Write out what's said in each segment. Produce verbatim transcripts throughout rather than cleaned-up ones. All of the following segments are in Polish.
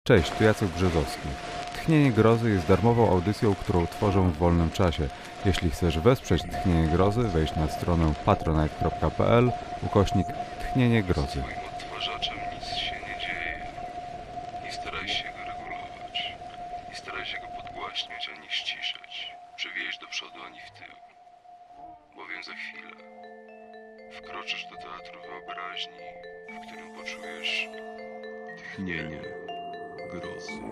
Cześć, tu Jacek Brzezowski. Tchnienie Grozy jest darmową audycją, którą tworzę w wolnym czasie. Jeśli chcesz wesprzeć Tchnienie Grozy, wejdź na stronę patronite kropka p l ukośnik Tchnienie Grozy. Swoim odtwarzaczem nic się nie dzieje. Nie staraj się go regulować. Nie staraj się go podgłaśniać ani ściszać. Przewieźć do przodu ani w tył. Bowiem za chwilę wkroczysz do teatru wyobraźni, w którym poczujesz tchnienie grozy.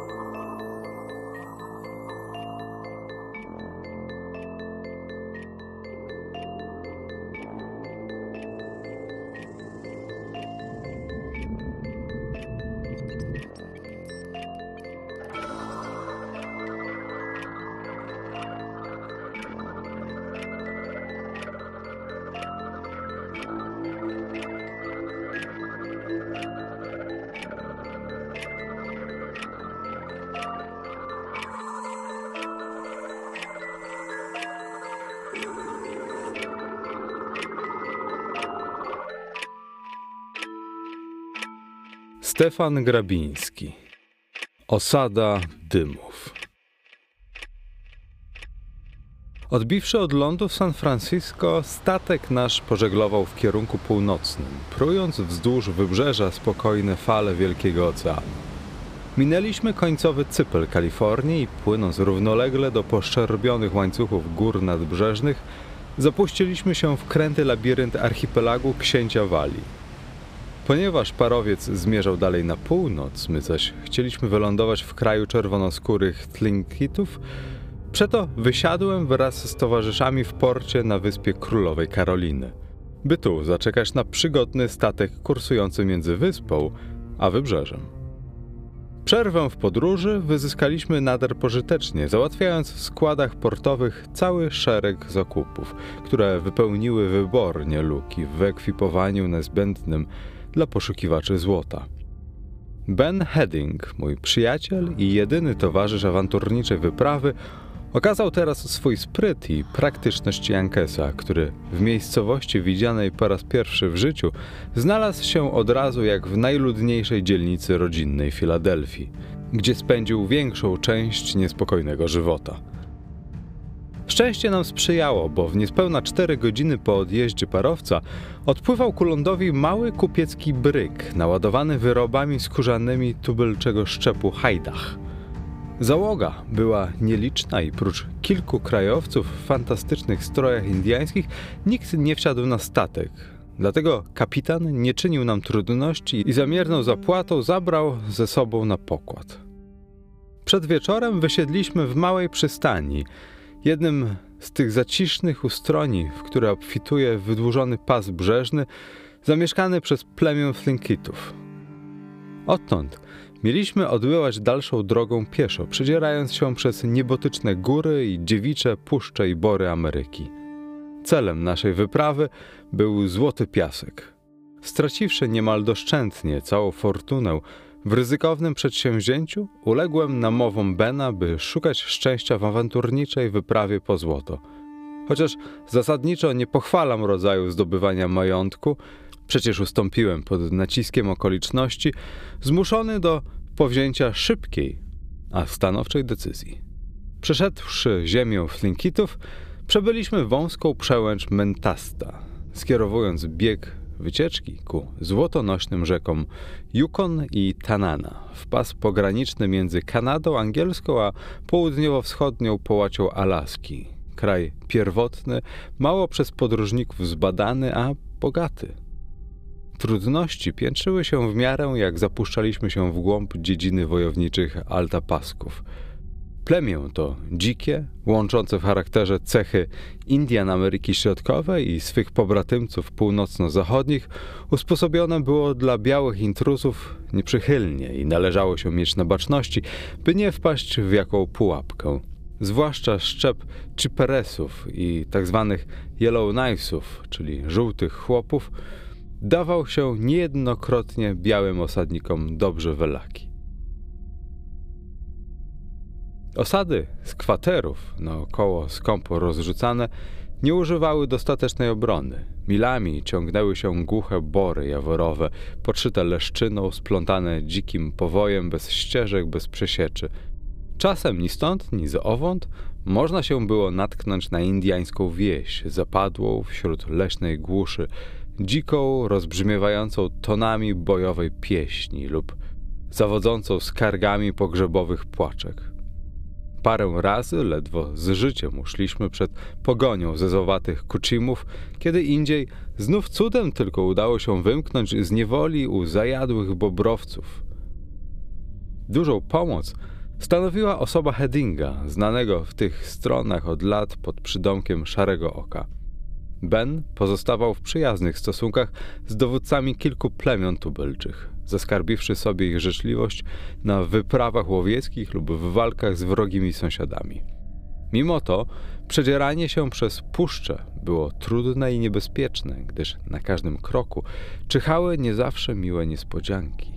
Stefan Grabiński. Osada dymów. Odbiwszy od lądu w San Francisco, statek nasz pożeglował w kierunku północnym, prując wzdłuż wybrzeża spokojne fale Wielkiego Oceanu. Minęliśmy końcowy cypel Kalifornii i płynąc równolegle do poszczerbionych łańcuchów gór nadbrzeżnych, zapuściliśmy się w kręty labirynt archipelagu Księcia Walii. Ponieważ parowiec zmierzał dalej na północ, my zaś chcieliśmy wylądować w kraju czerwonoskórych Tlinkitów, przeto wysiadłem wraz z towarzyszami w porcie na wyspie Królowej Karoliny, by tu zaczekać na przygodny statek kursujący między wyspą a wybrzeżem. Przerwę w podróży wyzyskaliśmy nader pożytecznie, załatwiając w składach portowych cały szereg zakupów, które wypełniły wybornie luki w wyekwipowaniu niezbędnym dla poszukiwaczy złota. Ben Heading, mój przyjaciel i jedyny towarzysz awanturniczej wyprawy, okazał teraz swój spryt i praktyczność Jankesa, który w miejscowości widzianej po raz pierwszy w życiu znalazł się od razu jak w najludniejszej dzielnicy rodzinnej Filadelfii, gdzie spędził większą część niespokojnego żywota. Szczęście nam sprzyjało, bo w niespełna cztery godziny po odjeździe parowca odpływał ku lądowi mały kupiecki bryk naładowany wyrobami skórzanymi tubylczego szczepu hajdach. Załoga była nieliczna i prócz kilku krajowców w fantastycznych strojach indyjskich nikt nie wsiadł na statek. Dlatego kapitan nie czynił nam trudności i za mierną zapłatą zabrał ze sobą na pokład. Przed wieczorem wysiedliśmy w małej przystani, jednym z tych zacisznych ustroni, w które obfituje wydłużony pas brzeżny, zamieszkany przez plemię Tlinkitów. Odtąd mieliśmy odbywać dalszą drogą pieszo, przedzierając się przez niebotyczne góry i dziewicze puszcze i bory Ameryki. Celem naszej wyprawy był Złoty Piasek. Straciwszy niemal doszczętnie całą fortunę w ryzykownym przedsięwzięciu, uległem namowom Bena, by szukać szczęścia w awanturniczej wyprawie po złoto. Chociaż zasadniczo nie pochwalam rodzaju zdobywania majątku, przecież ustąpiłem pod naciskiem okoliczności, zmuszony do powzięcia szybkiej, a stanowczej decyzji. Przeszedłszy ziemię Tlinkitów, przebyliśmy wąską przełęcz Mentasta, skierowując bieg wycieczki ku złotonośnym rzekom Yukon i Tanana, w pas pograniczny między Kanadą angielską a południowo-wschodnią połacią Alaski. Kraj pierwotny, mało przez podróżników zbadany, a bogaty. Trudności piętrzyły się w miarę, jak zapuszczaliśmy się w głąb dziedziny wojowniczych Altapasków. Plemię to dzikie, łączące w charakterze cechy Indian Ameryki Środkowej i swych pobratymców północno-zachodnich, usposobione było dla białych intruzów nieprzychylnie i należało się mieć na baczności, by nie wpaść w jaką pułapkę. Zwłaszcza szczep Chiperesów i tzw. Yellowknivesów, czyli żółtych chłopów, dawał się niejednokrotnie białym osadnikom dobrze we laki. Osady z kwaterów naokoło skąpo rozrzucane nie używały dostatecznej obrony. Milami ciągnęły się głuche bory jaworowe, podszyte leszczyną, splątane dzikim powojem, bez ścieżek, bez przesieczy. Czasem ni stąd, ni zowąd można się było natknąć na indyjską wieś, zapadłą wśród leśnej głuszy, dziką, rozbrzmiewającą tonami bojowej pieśni lub zawodzącą skargami pogrzebowych płaczek. Parę razy ledwo z życiem uszliśmy przed pogonią zezowatych kucimów, kiedy indziej znów cudem tylko udało się wymknąć z niewoli u zajadłych bobrowców. Dużą pomoc stanowiła osoba Headinga, znanego w tych stronach od lat pod przydomkiem Szarego Oka. Ben pozostawał w przyjaznych stosunkach z dowódcami kilku plemion tubylczych, zaskarbiwszy sobie ich życzliwość na wyprawach łowieckich lub w walkach z wrogimi sąsiadami. Mimo to przedzieranie się przez puszczę było trudne i niebezpieczne, gdyż na każdym kroku czyhały nie zawsze miłe niespodzianki.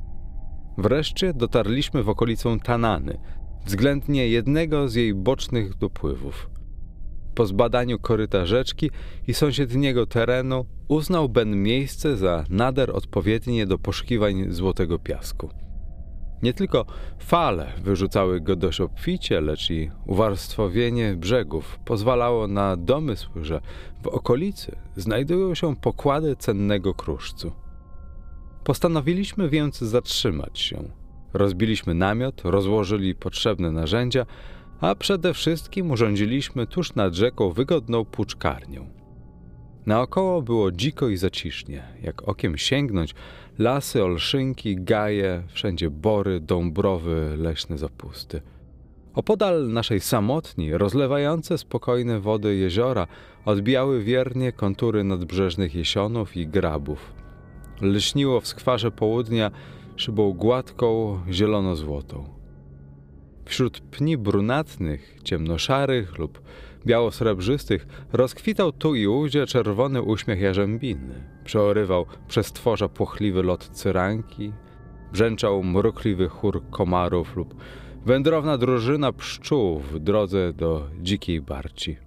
Wreszcie dotarliśmy w okolicę Tanany, względnie jednego z jej bocznych dopływów. Po zbadaniu koryta rzeczki i sąsiedniego terenu uznał Ben miejsce za nader odpowiednie do poszukiwań złotego piasku. Nie tylko fale wyrzucały go dość obficie, lecz i uwarstwowienie brzegów pozwalało na domysł, że w okolicy znajdują się pokłady cennego kruszcu. Postanowiliśmy więc zatrzymać się. Rozbiliśmy namiot, rozłożyli potrzebne narzędzia, a przede wszystkim urządziliśmy tuż nad rzeką wygodną płuczkarnię. Naokoło było dziko i zacisznie, jak okiem sięgnąć, lasy, olszynki, gaje, wszędzie bory, dąbrowy, leśne zapusty. Opodal naszej samotni, rozlewające spokojne wody jeziora odbijały wiernie kontury nadbrzeżnych jesionów i grabów. Lśniło w skwarze południa szybą gładką, zielono-złotą. Wśród pni brunatnych, ciemnoszarych lub biało-srebrzystych rozkwitał tu i ówdzie czerwony uśmiech jarzębiny. Przeorywał przez tworza płochliwy lot cyranki, brzęczał mrukliwy chór komarów lub wędrowna drużyna pszczół w drodze do dzikiej barci.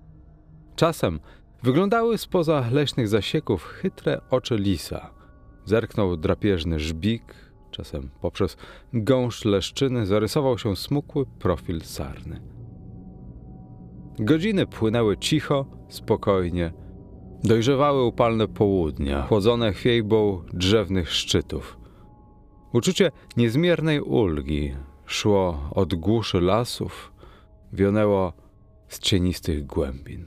Czasem wyglądały spoza leśnych zasieków chytre oczy lisa. Zerknął drapieżny żbik, czasem poprzez gąszcz leszczyny zarysował się smukły profil sarny. Godziny płynęły cicho, spokojnie. Dojrzewały upalne południa, chłodzone chwiejbą drzewnych szczytów. Uczucie niezmiernej ulgi szło od głuszy lasów, wionęło z cienistych głębin.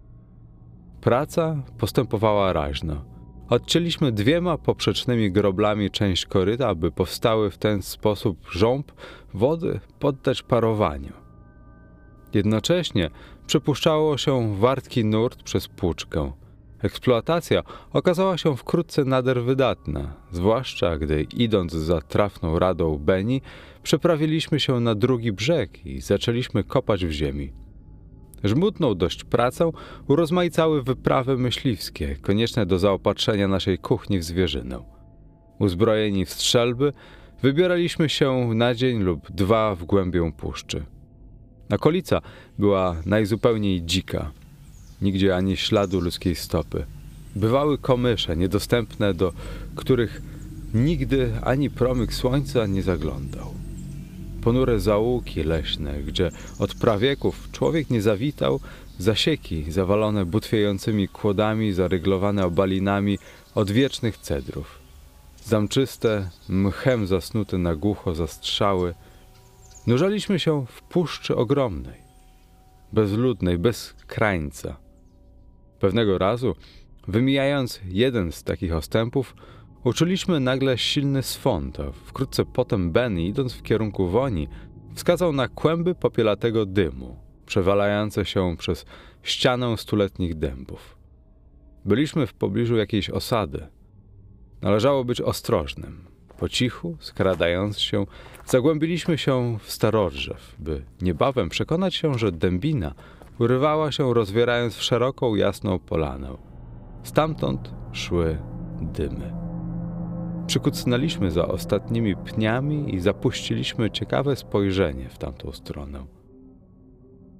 Praca postępowała raźno. Odcięliśmy dwiema poprzecznymi groblami część koryta, aby powstały w ten sposób rząb wody poddać parowaniu. Jednocześnie przepuszczało się wartki nurt przez płuczkę. Eksploatacja okazała się wkrótce nader wydatna, zwłaszcza gdy idąc za trafną radą Beni, przeprawiliśmy się na drugi brzeg i zaczęliśmy kopać w ziemi. Żmudną dość pracę urozmaicały wyprawy myśliwskie, konieczne do zaopatrzenia naszej kuchni w zwierzynę. Uzbrojeni w strzelby, wybieraliśmy się na dzień lub dwa w głębię puszczy. Okolica była najzupełniej dzika. Nigdzie ani śladu ludzkiej stopy. Bywały komysze, niedostępne, do których nigdy ani promyk słońca nie zaglądał. Ponure zaułki leśne, gdzie od prawieków człowiek nie zawitał, zasieki zawalone butwiejącymi kłodami, zaryglowane obalinami odwiecznych cedrów. Zamczyste, mchem zasnute na głucho zastrzały. Nurzaliśmy się w puszczy ogromnej, bezludnej, bez krańca. Pewnego razu, wymijając jeden z takich ostępów, uczuliśmy nagle silny swąd, a wkrótce potem Ben, idąc w kierunku woni, wskazał na kłęby popielatego dymu, przewalające się przez ścianę stuletnich dębów. Byliśmy w pobliżu jakiejś osady. Należało być ostrożnym. Po cichu, skradając się, zagłębiliśmy się w starodrzew, by niebawem przekonać się, że dębina urywała się, rozwierając w szeroką, jasną polanę. Stamtąd szły dymy. Przykucnęliśmy za ostatnimi pniami i zapuściliśmy ciekawe spojrzenie w tamtą stronę.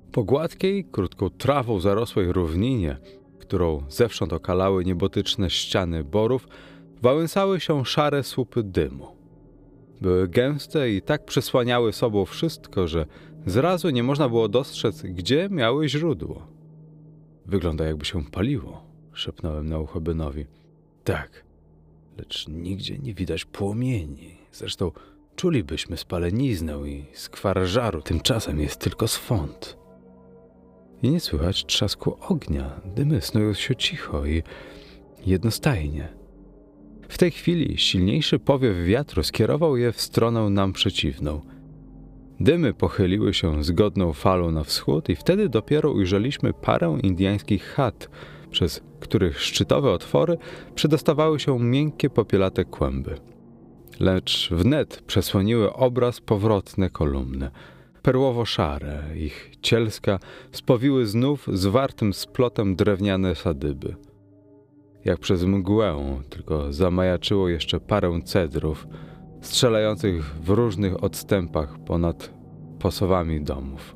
Po gładkiej, krótką trawą zarosłej równinie, którą zewsząd okalały niebotyczne ściany borów, wałęsały się szare słupy dymu. Były gęste i tak przysłaniały sobą wszystko, że zrazu nie można było dostrzec, gdzie miały źródło. Wygląda, jakby się paliło, szepnąłem na ucho Benowi. Tak, lecz nigdzie nie widać płomieni. Zresztą czulibyśmy spaleniznę i skwar żaru. Tymczasem jest tylko swąd. I nie słychać trzasku ognia. Dymy snują się cicho i jednostajnie. W tej chwili silniejszy powiew wiatru skierował je w stronę nam przeciwną. Dymy pochyliły się zgodną falą na wschód i wtedy dopiero ujrzeliśmy parę indyjskich chat, przez których szczytowe otwory przedostawały się miękkie popielate kłęby. Lecz wnet przesłoniły obraz powrotne kolumny. Perłowo-szare, ich cielska spowiły znów zwartym splotem drewniane sadyby. Jak przez mgłę, tylko zamajaczyło jeszcze parę cedrów, strzelających w różnych odstępach ponad posowami domów.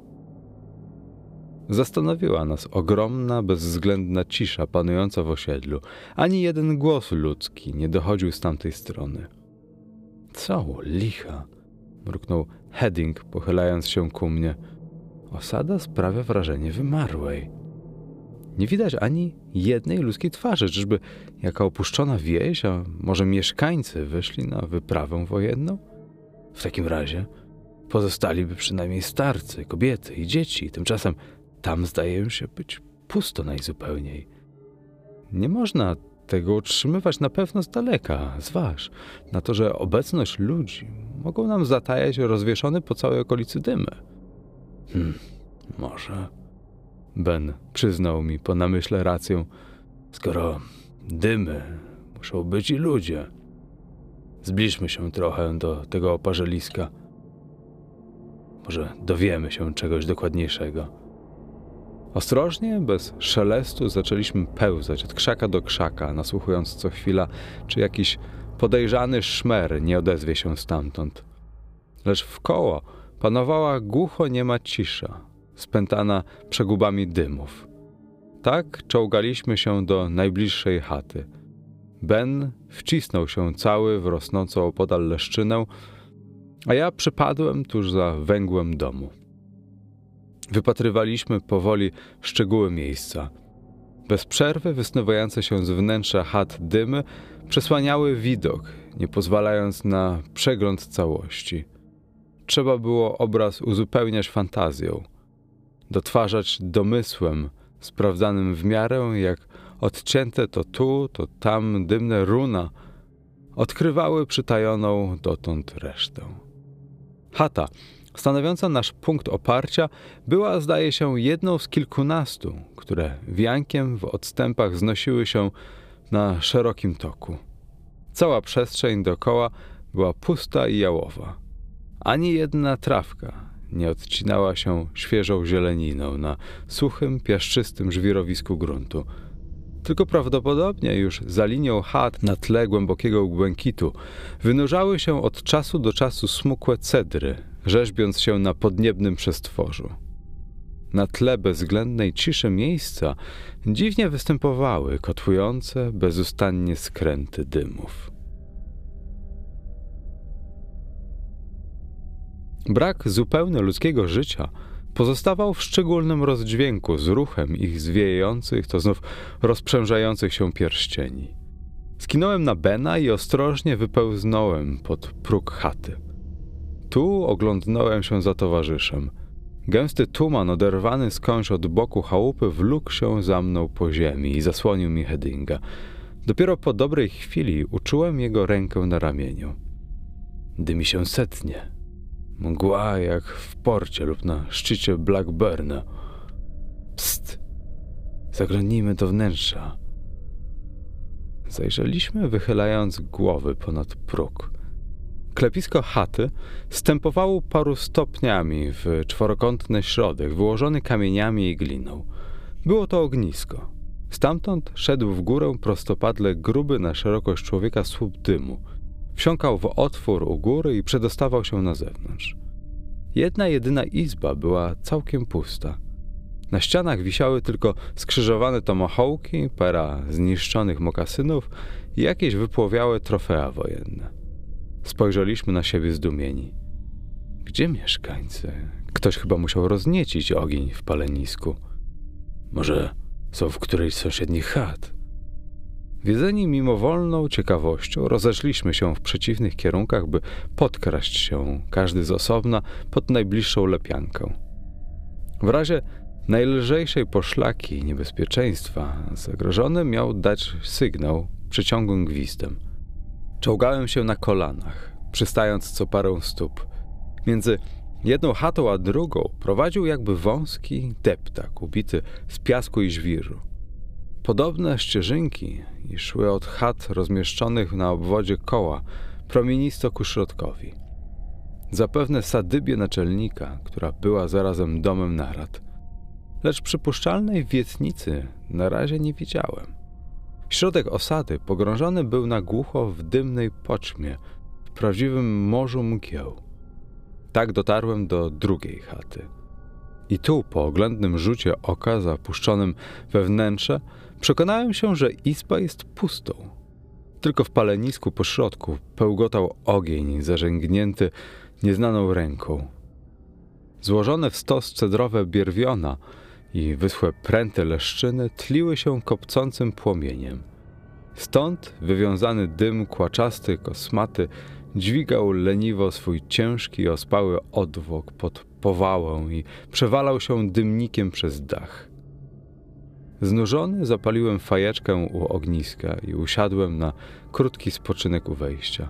Zastanowiła nas ogromna, bezwzględna cisza panująca w osiedlu. Ani jeden głos ludzki nie dochodził z tamtej strony. Co licha, mruknął Hedding, pochylając się ku mnie. Osada sprawia wrażenie wymarłej. Nie widać ani jednej ludzkiej twarzy, czyżby jaka opuszczona wieś, a może mieszkańcy wyszli na wyprawę wojenną? W takim razie pozostaliby przynajmniej starcy, kobiety i dzieci. Tymczasem tam zdaje się być pusto najzupełniej. Nie można tego utrzymywać na pewno z daleka. Zważ na to, że obecność ludzi mogą nam zatajać rozwieszone po całej okolicy dymy. Hmm, może... Ben przyznał mi po namyśle rację. Skoro dymy, muszą być i ludzie. Zbliżmy się trochę do tego oparzeliska. Może dowiemy się czegoś dokładniejszego. Ostrożnie, bez szelestu zaczęliśmy pełzać od krzaka do krzaka, nasłuchując co chwila, czy jakiś podejrzany szmer nie odezwie się stamtąd. Lecz wkoło panowała głucho-niema cisza, spętana przegubami dymów. Tak czołgaliśmy się do najbliższej chaty. Ben wcisnął się cały w rosnącą opodal leszczynę, a ja przypadłem tuż za węgłem domu. Wypatrywaliśmy powoli szczegóły miejsca. Bez przerwy wysnuwające się z wnętrza chat dymy przesłaniały widok, nie pozwalając na przegląd całości. Trzeba było obraz uzupełniać fantazją, dotwarzać domysłem sprawdzanym w miarę, jak odcięte to tu, to tam dymne runa odkrywały przytajoną dotąd resztę. Chata, stanowiąca nasz punkt oparcia, była, zdaje się, jedną z kilkunastu, które wiankiem w odstępach znosiły się na szerokim toku. Cała przestrzeń dookoła była pusta i jałowa. Ani jedna trawka nie odcinała się świeżą zieleniną na suchym, piaszczystym żwirowisku gruntu. Tylko prawdopodobnie już za linią chat na tle głębokiego błękitu wynurzały się od czasu do czasu smukłe cedry, rzeźbiąc się na podniebnym przestworzu. Na tle bezwzględnej ciszy miejsca dziwnie występowały kotłujące bezustannie skręty dymów. Brak zupełny ludzkiego życia pozostawał w szczególnym rozdźwięku z ruchem ich zwijających, to znów rozprzężających się pierścieni. Skinąłem na Bena i ostrożnie wypełznąłem pod próg chaty. Tu oglądnąłem się za towarzyszem. Gęsty tuman oderwany skądś od boku chałupy wlókł się za mną po ziemi i zasłonił mi Heddinga. Dopiero po dobrej chwili uczułem jego rękę na ramieniu. Dymi się setnie. Mgła jak w porcie lub na szczycie Blackburna. Psst! Zaglądnijmy do wnętrza. Zajrzeliśmy, wychylając głowy ponad próg. Klepisko chaty stępowało paru stopniami w czworokątny środek, wyłożony kamieniami i gliną. Było to ognisko. Stamtąd szedł w górę prostopadle gruby na szerokość człowieka słup dymu. Wsiąkał w otwór u góry i przedostawał się na zewnątrz. Jedna jedyna izba była całkiem pusta. Na ścianach wisiały tylko skrzyżowane tomahawki, para zniszczonych mokasynów i jakieś wypłowiałe trofea wojenne. Spojrzeliśmy na siebie zdumieni. Gdzie mieszkańcy? Ktoś chyba musiał rozniecić ogień w palenisku. Może są w którejś z sąsiednich chat? Wiedzeni mimowolną ciekawością rozeszliśmy się w przeciwnych kierunkach, by podkraść się, każdy z osobna, pod najbliższą lepiankę. W razie najlżejszej poszlaki i niebezpieczeństwa zagrożony miał dać sygnał przeciągłym gwizdem. Czołgałem się na kolanach, przystając co parę stóp. Między jedną chatą a drugą prowadził jakby wąski deptak ubity z piasku i żwiru. Podobne ścieżynki i szły od chat rozmieszczonych na obwodzie koła promienisto ku środkowi. Zapewne sadybie naczelnika, która była zarazem domem narad. Lecz przypuszczalnej wietnicy na razie nie widziałem. Środek osady pogrążony był na głucho w dymnej poćmie, w prawdziwym morzu mgieł. Tak dotarłem do drugiej chaty. I tu, po oględnym rzucie oka zapuszczonym we wnętrze, przekonałem się, że izba jest pustą. Tylko w palenisku po środku pełgotał ogień zażęgnięty nieznaną ręką. Złożone w stos cedrowe bierwiona i wyschłe pręty leszczyny tliły się kopcącym płomieniem. Stąd wywiązany dym kłaczasty, kosmaty dźwigał leniwo swój ciężki, ospały odwłok pod powałę i przewalał się dymnikiem przez dach. Znużony zapaliłem fajeczkę u ogniska i usiadłem na krótki spoczynek u wejścia.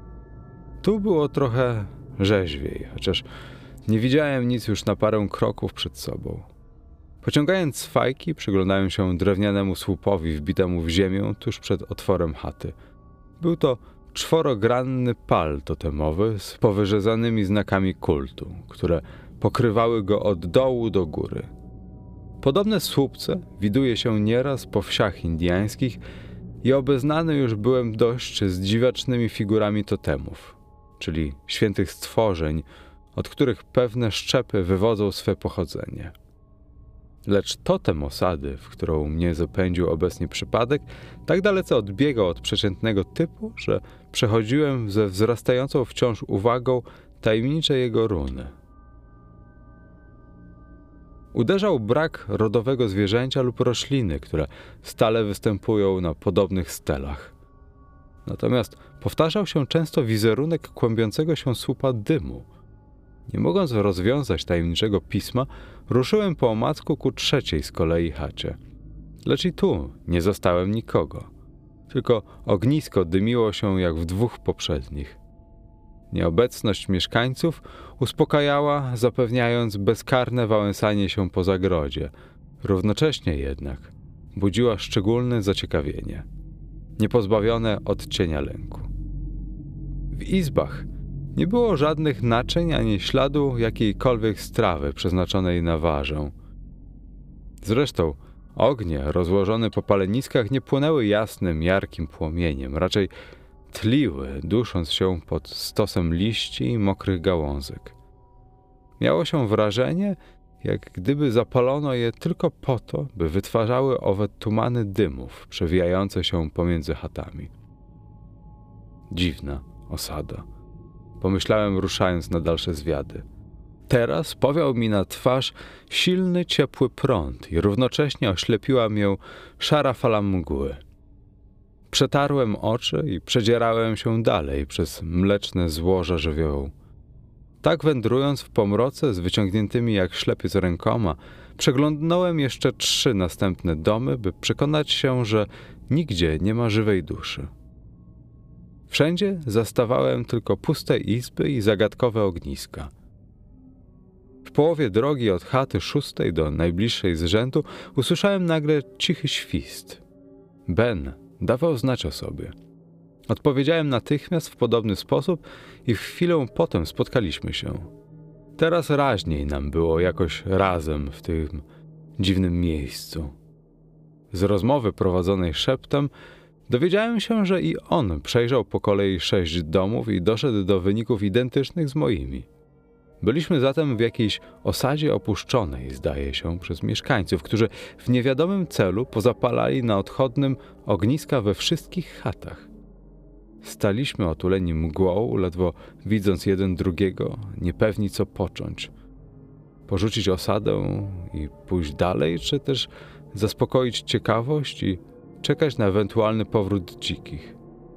Tu było trochę rzeźwiej, chociaż nie widziałem nic już na parę kroków przed sobą. Pociągając fajki, przyglądałem się drewnianemu słupowi wbitemu w ziemię tuż przed otworem chaty. Był to czworogranny pal totemowy z powyrzezanymi znakami kultu, które pokrywały go od dołu do góry. Podobne słupce widuje się nieraz po wsiach indiańskich i obeznany już byłem dość z dziwacznymi figurami totemów, czyli świętych stworzeń, od których pewne szczepy wywodzą swe pochodzenie. Lecz totem osady, w którą mnie zapędził obecnie przypadek, tak dalece odbiegał od przeciętnego typu, że przechodziłem ze wzrastającą wciąż uwagą tajemnicze jego runy. Uderzał brak rodowego zwierzęcia lub rośliny, które stale występują na podobnych stelach. Natomiast powtarzał się często wizerunek kłębiącego się słupa dymu. Nie mogąc rozwiązać tajemniczego pisma, ruszyłem po omacku ku trzeciej z kolei chacie. Lecz i tu nie zastałem nikogo. Tylko ognisko dymiło się jak w dwóch poprzednich. Nieobecność mieszkańców uspokajała, zapewniając bezkarne wałęsanie się po zagrodzie. Równocześnie jednak budziła szczególne zaciekawienie, niepozbawione odcienia lęku. W izbach nie było żadnych naczyń ani śladu jakiejkolwiek strawy przeznaczonej na warzę. Zresztą ognie rozłożone po paleniskach nie płonęły jasnym, jarkim płomieniem, raczej tliły, dusząc się pod stosem liści i mokrych gałązek. Miało się wrażenie, jak gdyby zapalono je tylko po to, by wytwarzały owe tumany dymów przewijające się pomiędzy chatami. Dziwna osada, pomyślałem, ruszając na dalsze zwiady. Teraz powiał mi na twarz silny, ciepły prąd i równocześnie oślepiła mię szara fala mgły. Przetarłem oczy i przedzierałem się dalej przez mleczne złoża żywiołu. Tak wędrując w pomroce z wyciągniętymi jak ślepiec rękoma, przeglądnąłem jeszcze trzy następne domy, by przekonać się, że nigdzie nie ma żywej duszy. Wszędzie zastawałem tylko puste izby i zagadkowe ogniska. W połowie drogi od chaty szóstej do najbliższej z rzędu usłyszałem nagle cichy świst. Ben dawał znać o sobie. Odpowiedziałem natychmiast w podobny sposób i w chwilę potem spotkaliśmy się. Teraz raźniej nam było jakoś razem w tym dziwnym miejscu. Z rozmowy prowadzonej szeptem dowiedziałem się, że i on przejrzał po kolei sześć domów i doszedł do wyników identycznych z moimi. Byliśmy zatem w jakiejś osadzie opuszczonej, zdaje się, przez mieszkańców, którzy w niewiadomym celu pozapalali na odchodnym ogniska we wszystkich chatach. Staliśmy otuleni mgłą, ledwo widząc jeden drugiego, niepewni co począć. Porzucić osadę i pójść dalej, czy też zaspokoić ciekawość i czekać na ewentualny powrót dzikich.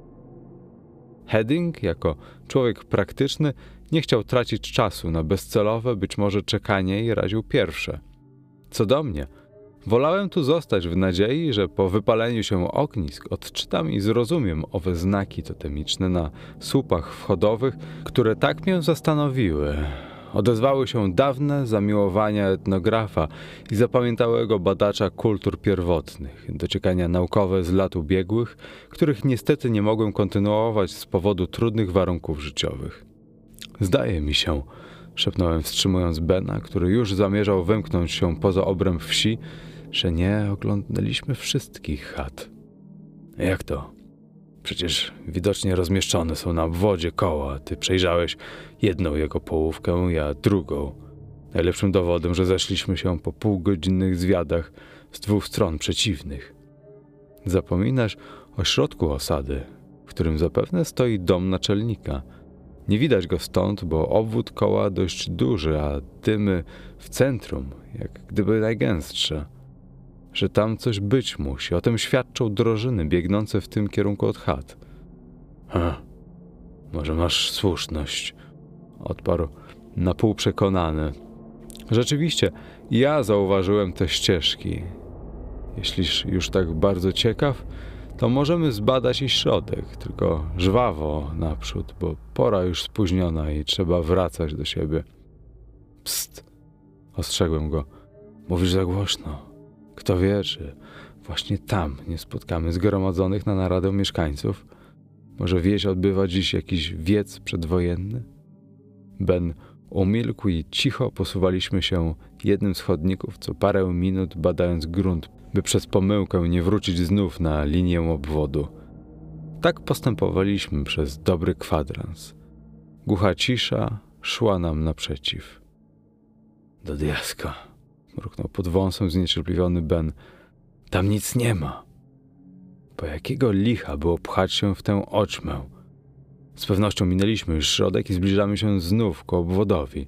Hedding, jako człowiek praktyczny, nie chciał tracić czasu na bezcelowe, być może czekanie i radził pierwsze. Co do mnie, wolałem tu zostać w nadziei, że po wypaleniu się ognisk odczytam i zrozumiem owe znaki totemiczne na słupach wchodowych, które tak mnie zastanowiły. Odezwały się dawne zamiłowania etnografa i zapamiętałego badacza kultur pierwotnych, dociekania naukowe z lat ubiegłych, których niestety nie mogłem kontynuować z powodu trudnych warunków życiowych. Zdaje mi się, szepnąłem wstrzymując Bena, który już zamierzał wymknąć się poza obręb wsi, że nie oglądaliśmy wszystkich chat. Jak to? Przecież widocznie rozmieszczone są na obwodzie koła. Ty przejrzałeś jedną jego połówkę, ja drugą. Najlepszym dowodem, że zeszliśmy się po półgodzinnych zwiadach z dwóch stron przeciwnych. Zapominasz o środku osady, w którym zapewne stoi dom naczelnika. Nie widać go stąd, bo obwód koła dość duży, a dymy w centrum, jak gdyby najgęstsze. Że tam coś być musi, o tym świadczą drożyny biegnące w tym kierunku od chat. Ha, może masz słuszność, odparł na pół przekonany. Rzeczywiście, ja zauważyłem te ścieżki. Jeśliż już tak bardzo ciekaw, to możemy zbadać i środek, tylko żwawo naprzód, bo pora już spóźniona i trzeba wracać do siebie. Psst, ostrzegłem go. Mówisz za głośno. Kto wie, czy właśnie tam nie spotkamy zgromadzonych na naradę mieszkańców? Może wieś odbywa dziś jakiś wiec przedwojenny? Ben umilkł i cicho posuwaliśmy się jednym z chodników co parę minut, badając grunt, by przez pomyłkę nie wrócić znów na linię obwodu. Tak postępowaliśmy przez dobry kwadrans. Głucha cisza szła nam naprzeciw. Do diaska, mruknął pod wąsem zniecierpliwiony Ben. Tam nic nie ma. Po jakiego licha było pchać się w tę oćmę? Z pewnością minęliśmy już środek i zbliżamy się znów ku obwodowi.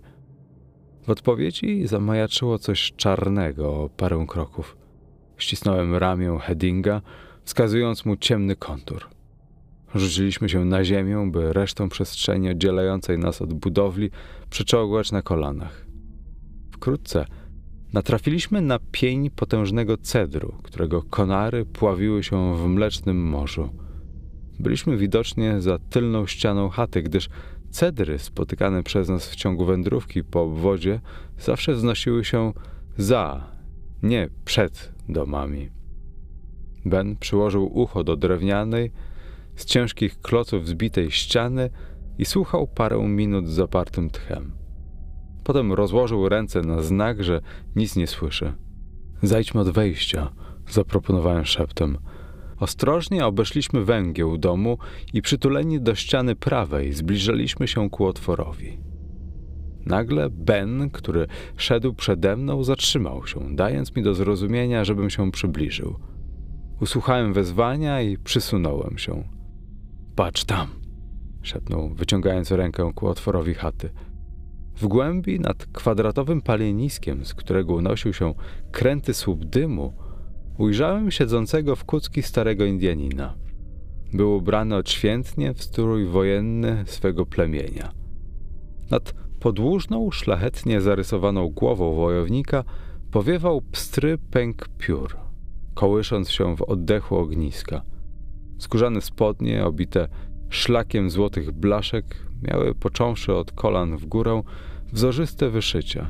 W odpowiedzi zamajaczyło coś czarnego o parę kroków. Ścisnąłem ramię Heddinga, wskazując mu ciemny kontur. Rzuciliśmy się na ziemię, by resztę przestrzeni oddzielającej nas od budowli przeczołgać na kolanach. Wkrótce natrafiliśmy na pień potężnego cedru, którego konary pławiły się w mlecznym morzu. Byliśmy widocznie za tylną ścianą chaty, gdyż cedry spotykane przez nas w ciągu wędrówki po obwodzie zawsze wznosiły się za, nie przed domami. Ben przyłożył ucho do drewnianej, z ciężkich kloców zbitej ściany i słuchał parę minut z zapartym tchem. Potem rozłożył ręce na znak, że nic nie słyszy. Zajdźmy od wejścia, zaproponowałem szeptem. Ostrożnie obeszliśmy węgieł domu i przytuleni do ściany prawej zbliżaliśmy się ku otworowi. Nagle Ben, który szedł przede mną, zatrzymał się, dając mi do zrozumienia, żebym się przybliżył. Usłuchałem wezwania i przysunąłem się. Patrz tam, szepnął, wyciągając rękę ku otworowi chaty. W głębi nad kwadratowym palieniskiem, z którego unosił się kręty słup dymu, ujrzałem siedzącego w kucki starego Indianina. Był ubrany odświętnie w strój wojenny swego plemienia. Nad podłużną, szlachetnie zarysowaną głową wojownika powiewał pstry pęk piór, kołysząc się w oddechu ogniska. Skórzane spodnie, obite szlakiem złotych blaszek, miały, począwszy od kolan w górę, wzorzyste wyszycia.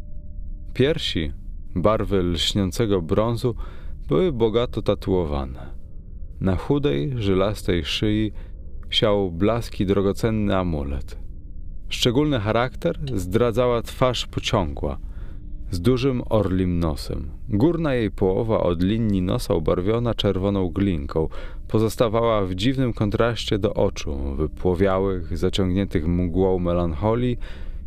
Piersi, barwy lśniącego brązu, były bogato tatuowane. Na chudej, żylastej szyi siał blaski drogocenny amulet. Szczególny charakter zdradzała twarz pociągła, z dużym orlim nosem. Górna jej połowa od linii nosa ubarwiona czerwoną glinką pozostawała w dziwnym kontraście do oczu, wypłowiałych, zaciągniętych mgłą melancholii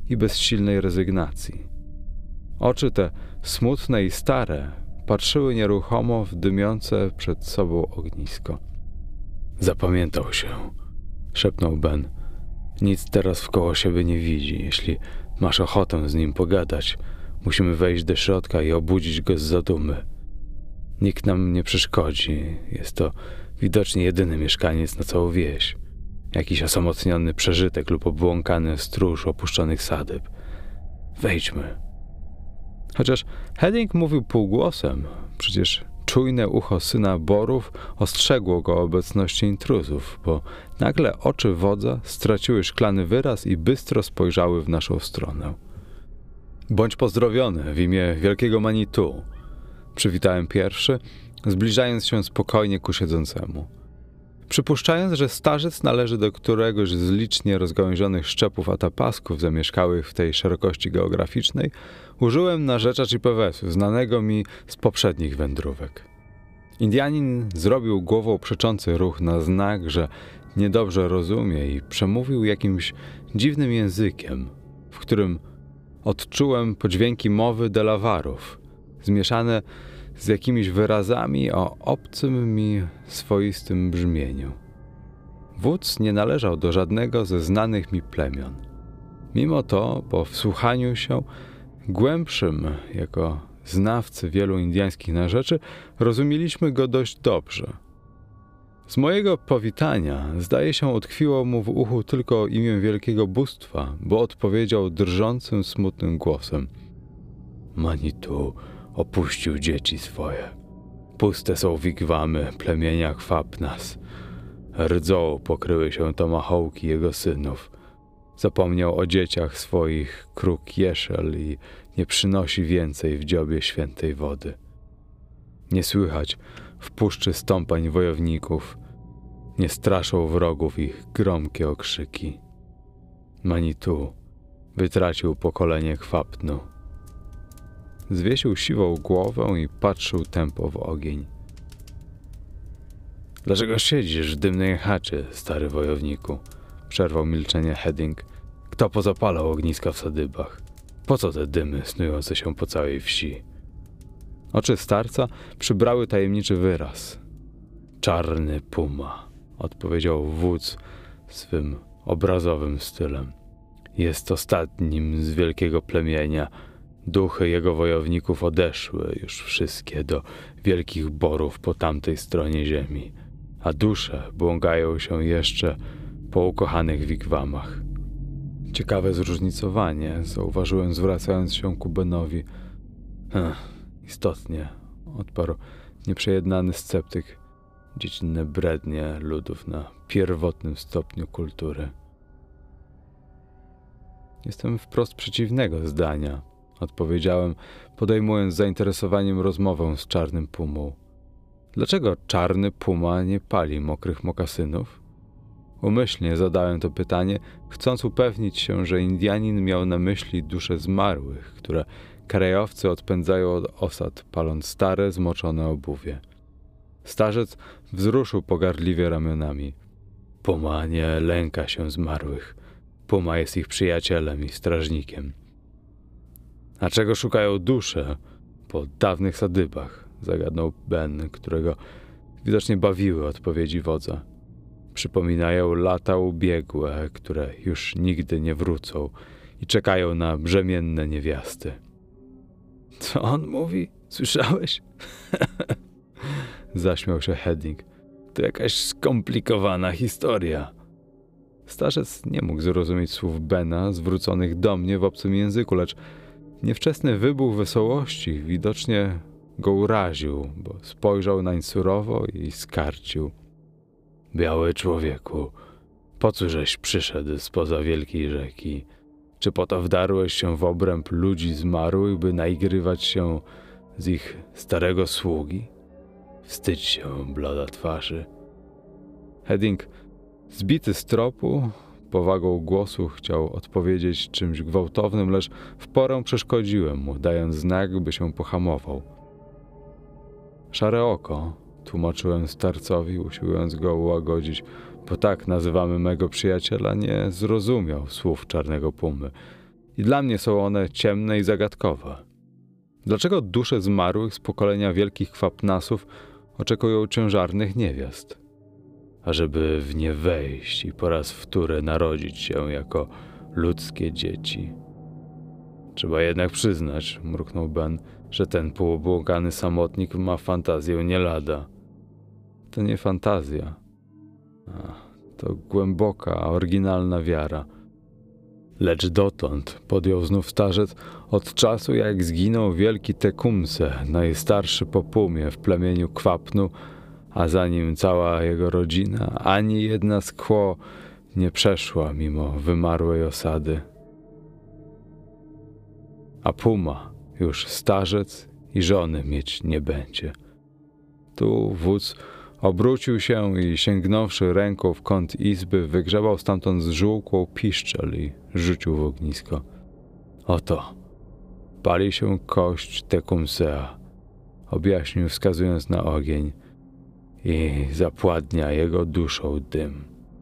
i bezsilnej rezygnacji. Oczy te, smutne i stare, patrzyły nieruchomo w dymiące przed sobą ognisko. Zapamiętał się, szepnął Ben. Nic teraz wkoło siebie nie widzi. Jeśli masz ochotę z nim pogadać, musimy wejść do środka i obudzić go z zadumy. Nikt nam nie przeszkodzi. Jest to widocznie jedyny mieszkaniec na całą wieś. Jakiś osamotniony przeżytek lub obłąkany stróż opuszczonych sadeb. Wejdźmy. Chociaż Hedding mówił półgłosem, przecież czujne ucho syna Borów ostrzegło go o obecności intruzów, bo nagle oczy wodza straciły szklany wyraz i bystro spojrzały w naszą stronę. Bądź pozdrowiony w imię wielkiego Manitu, przywitałem pierwszy, zbliżając się spokojnie ku siedzącemu. Przypuszczając, że starzec należy do któregoś z licznie rozgałęzionych szczepów atapasków zamieszkałych w tej szerokości geograficznej, użyłem narzecza Chipewesu, znanego mi z poprzednich wędrówek. Indianin zrobił głową przeczący ruch na znak, że niedobrze rozumie i przemówił jakimś dziwnym językiem, w którym odczułem podźwięki mowy Delawarów, zmieszane z jakimiś wyrazami o obcym mi swoistym brzmieniu. Wódz nie należał do żadnego ze znanych mi plemion. Mimo to, po wsłuchaniu się, głębszym jako znawcy wielu indyjskich narzeczy, rozumieliśmy go dość dobrze. Z mojego powitania, zdaje się, utkwiło mu w uchu tylko imię wielkiego bóstwa, bo odpowiedział drżącym, smutnym głosem. Manitu opuścił dzieci swoje. Puste są wigwamy plemienia Kwapnas. Rdzą pokryły się tomahołki jego synów. Zapomniał o dzieciach swoich kruk Jeszel i nie przynosi więcej w dziobie świętej wody. Nie słychać w puszczy stąpań wojowników, nie straszą wrogów ich gromkie okrzyki. Manitu wytracił pokolenie Kwapnu. Zwiesił siwą głowę i patrzył tępo w ogień. Dlaczego siedzisz w dymnej chacie, stary wojowniku? Przerwał milczenie Hedding. Kto pozapalał ogniska w sadybach? Po co te dymy snujące się po całej wsi? Oczy starca przybrały tajemniczy wyraz. Czarny puma, odpowiedział wódz swym obrazowym stylem. Jest ostatnim z wielkiego plemienia. Duchy jego wojowników odeszły już wszystkie do wielkich borów po tamtej stronie ziemi, a dusze błąkają się jeszcze po ukochanych wigwamach. Ciekawe zróżnicowanie, zauważyłem, zwracając się ku Benowi. Ech, istotnie, odparł nieprzejednany sceptyk. Dziecinne brednie ludów na pierwotnym stopniu kultury. Jestem wprost przeciwnego zdania, odpowiedziałem, podejmując z zainteresowaniem rozmowę z czarnym pumą. Dlaczego czarny puma nie pali mokrych mokasynów? Umyślnie zadałem to pytanie, chcąc upewnić się, że Indianin miał na myśli dusze zmarłych, które krajowcy odpędzają od osad, paląc stare, zmoczone obuwie. Starzec wzruszył pogardliwie ramionami. Puma nie lęka się zmarłych. Puma jest ich przyjacielem i strażnikiem. A czego szukają dusze po dawnych sadybach? Zagadnął Ben, którego widocznie bawiły odpowiedzi wodza. Przypominają lata ubiegłe, które już nigdy nie wrócą i czekają na brzemienne niewiasty. Co on mówi? Słyszałeś? Zaśmiał się Hedding. To jakaś skomplikowana historia. Starzec nie mógł zrozumieć słów Bena zwróconych do mnie w obcym języku, lecz niewczesny wybuch wesołości widocznie go uraził, bo spojrzał nań surowo i skarcił. Biały człowieku, po cóżeś przyszedł spoza wielkiej rzeki? Czy po to wdarłeś się w obręb ludzi zmarłych, by naigrywać się z ich starego sługi? Wstydź się, blada twarzy. Hedding, zbity z tropu, powagą głosu chciał odpowiedzieć czymś gwałtownym, lecz w porę przeszkodziłem mu, dając znak, by się pohamował. Szare oko, tłumaczyłem starcowi, usiłując go ułagodzić, bo tak nazywamy mego przyjaciela, nie zrozumiał słów czarnego pumy I dla mnie są one ciemne i zagadkowe. Dlaczego dusze zmarłych z pokolenia wielkich kwapnasów oczekują ciężarnych niewiast? Ażeby w nie wejść i po raz wtóry narodzić się jako ludzkie dzieci. Trzeba jednak przyznać, mruknął Ben, że ten półobłąkany samotnik ma fantazję nie lada. To nie fantazja. Ach, to głęboka, oryginalna wiara. Lecz dotąd, podjął znów starzec, od czasu jak zginął wielki Tecumseh, najstarszy po Pumie w plemieniu Kwapnu, a za nim cała jego rodzina, ani jedna z Kło nie przeszła mimo wymarłej osady. A Puma już starzec i żony mieć nie będzie. Tu wódz obrócił się i sięgnąwszy ręką w kąt izby, wygrzebał stamtąd zżółkłą piszczel i rzucił w ognisko. Oto, pali się kość Tecumseha, objaśnił wskazując na ogień, i zapładnia jego duszą dym.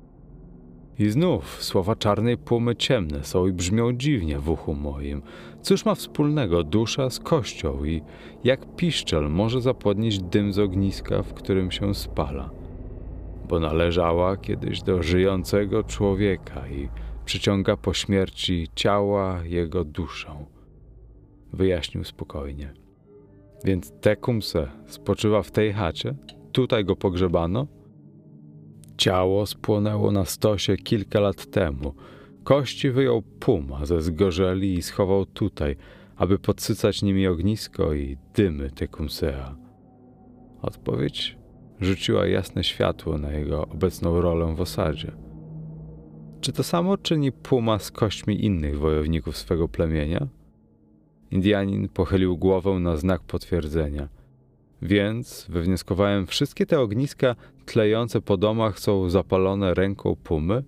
I znów słowa czarnej Pumy ciemne są i brzmią dziwnie w uchu moim. Cóż ma wspólnego dusza z kością i jak piszczel może zapodnieść dym z ogniska, w którym się spala? Bo należała kiedyś do żyjącego człowieka i przyciąga po śmierci ciała jego duszą. Wyjaśnił spokojnie. Więc Tecumseh spoczywa w tej chacie? Tutaj go pogrzebano? Ciało spłonęło na stosie kilka lat temu. Kości wyjął Puma ze zgorzeli i schował tutaj, aby podsycać nimi ognisko i dymy Tecumseha. Odpowiedź rzuciła jasne światło na jego obecną rolę w osadzie. Czy to samo czyni Puma z kośćmi innych wojowników swego plemienia? Indianin pochylił głowę na znak potwierdzenia. Więc, wywnioskowałem, wszystkie te ogniska tlejące po domach są zapalone ręką Pumy?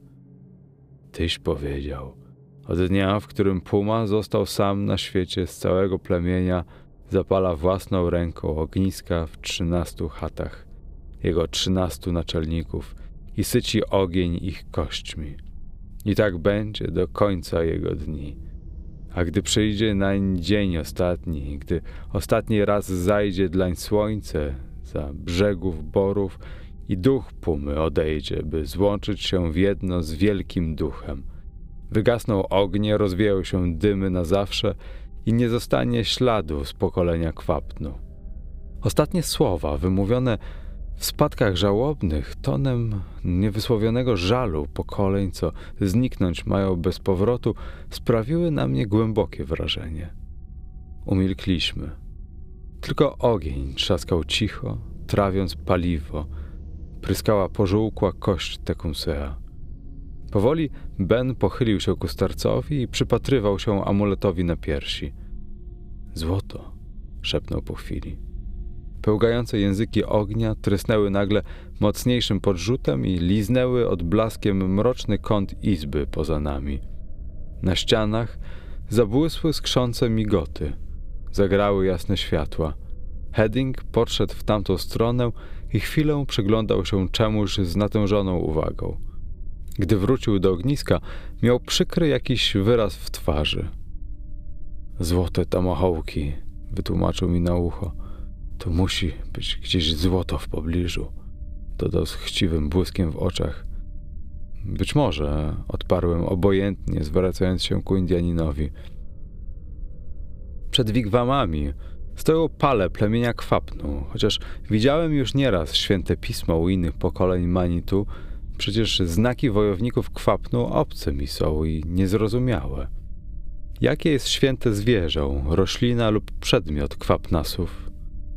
Tyś powiedział. Od dnia, w którym Puma został sam na świecie z całego plemienia, zapala własną ręką ogniska w trzynastu chatach, jego trzynastu naczelników i syci ogień ich kośćmi. I tak będzie do końca jego dni. A gdy przyjdzie nań dzień ostatni, gdy ostatni raz zajdzie dlań słońce za brzegów borów i duch Pumy odejdzie, by złączyć się w jedno z wielkim duchem. Wygasną ognie, rozwieją się dymy na zawsze i nie zostanie śladu z pokolenia Kwapnu. Ostatnie słowa, wymówione w spadkach żałobnych, tonem niewysłowionego żalu pokoleń, co zniknąć mają bez powrotu, sprawiły na mnie głębokie wrażenie. Umilkliśmy. Tylko ogień trzaskał cicho, trawiąc paliwo. Pryskała pożółkła kość Tecumseha. Powoli Ben pochylił się ku starcowi i przypatrywał się amuletowi na piersi. Złoto, szepnął po chwili. Pełgające języki ognia trysnęły nagle mocniejszym podrzutem i liznęły odblaskiem mroczny kąt izby poza nami. Na ścianach zabłysły skrzące migoty. Zagrały jasne światła. Hedding podszedł w tamtą stronę i chwilę przyglądał się czemuś z natężoną uwagą. Gdy wrócił do ogniska, miał przykry jakiś wyraz w twarzy. Złote tomahawki, wytłumaczył mi na ucho. To musi być gdzieś złoto w pobliżu, dodał z chciwym błyskiem w oczach. Być może, odparłem obojętnie, zwracając się ku Indianinowi. Przed wigwamami stoją pale plemienia Kwapnu, chociaż widziałem już nieraz święte pismo u innych pokoleń Manitu, przecież znaki wojowników Kwapnu obce mi są i niezrozumiałe. Jakie jest święte zwierzę, roślina lub przedmiot Kwapnasów?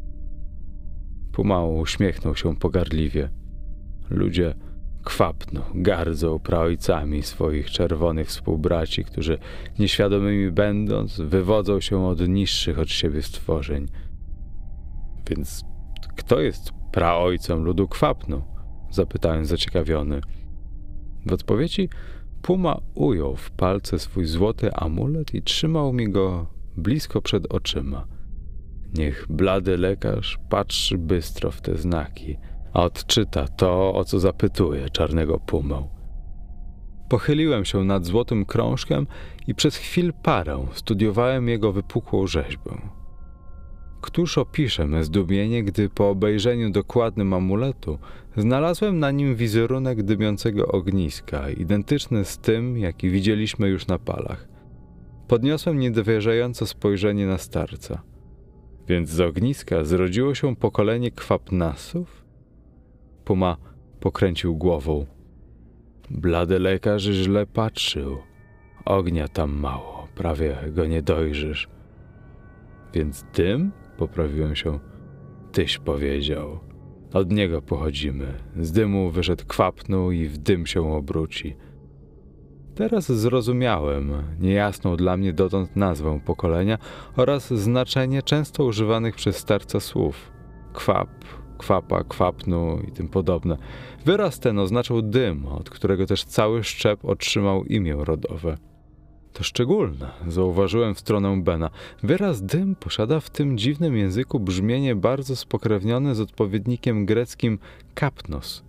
Pomału uśmiechnął się pogardliwie. Ludzie Kwapnu gardzą praojcami swoich czerwonych współbraci, którzy nieświadomymi będąc wywodzą się od niższych od siebie stworzeń. Więc kto jest praojcem ludu Kwapnu? Zapytałem zaciekawiony. W odpowiedzi Puma ujął w palce swój złoty amulet i trzymał mi go blisko przed oczyma. Niech blady lekarz patrzy bystro w te znaki, a odczyta to, o co zapytuje czarnego Pumę. Pochyliłem się nad złotym krążkiem i przez chwil parę studiowałem jego wypukłą rzeźbę. Któż opisze me zdumienie, gdy po obejrzeniu dokładnym amuletu znalazłem na nim wizerunek dymiącego ogniska, identyczny z tym, jaki widzieliśmy już na palach. Podniosłem niedowierzająco spojrzenie na starca. Więc z ogniska zrodziło się pokolenie kwapnasów? Puma pokręcił głową. Blady lekarz źle patrzył. Ognia tam mało, prawie go nie dojrzysz. Więc dym? Poprawiłem się. Tyś powiedział. Od niego pochodzimy. Z dymu wyszedł kwapnu i w dym się obróci. Teraz zrozumiałem niejasną dla mnie dotąd nazwę pokolenia oraz znaczenie często używanych przez starca słów. Kwap, kwapa, kwapnu i tym podobne. Wyraz ten oznaczał dym, od którego też cały szczep otrzymał imię rodowe. To szczególne, zauważyłem w stronę Bena. Wyraz dym posiada w tym dziwnym języku brzmienie bardzo spokrewnione z odpowiednikiem greckim kapnos.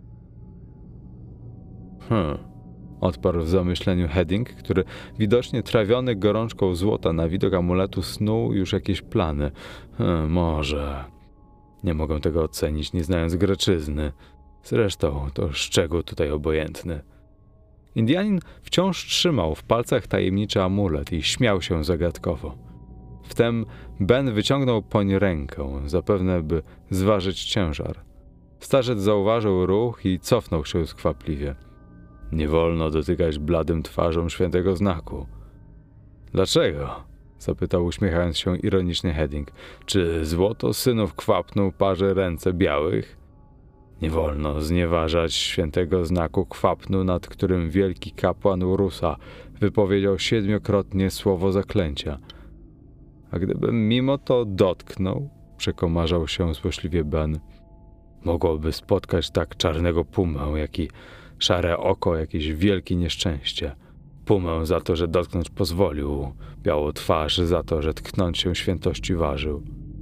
Hmm, odparł w zamyśleniu Heading, który widocznie trawiony gorączką złota na widok amuletu snuł już jakieś plany. Hmm, może... Nie mogę tego ocenić, nie znając greczyzny. Zresztą to szczegół tutaj obojętny. Indianin wciąż trzymał w palcach tajemniczy amulet i śmiał się zagadkowo. Wtem Ben wyciągnął poń rękę, zapewne by zważyć ciężar. Starzec zauważył ruch i cofnął się skwapliwie. Nie wolno dotykać bladym twarzą świętego znaku. Dlaczego? Zapytał uśmiechając się ironicznie Heading. Czy złoto synów kwapnu parzy ręce białych? Nie wolno znieważać świętego znaku kwapnu, nad którym wielki kapłan Urusa wypowiedział siedmiokrotnie słowo zaklęcia. A gdybym mimo to dotknął, przekomarzał się złośliwie Ben, mogłoby spotkać tak czarnego pumę, jak i szare oko jakieś wielkie nieszczęście. Pumę za to, że dotknąć pozwolił, białą twarz za to, że tknąć się świętości ważył.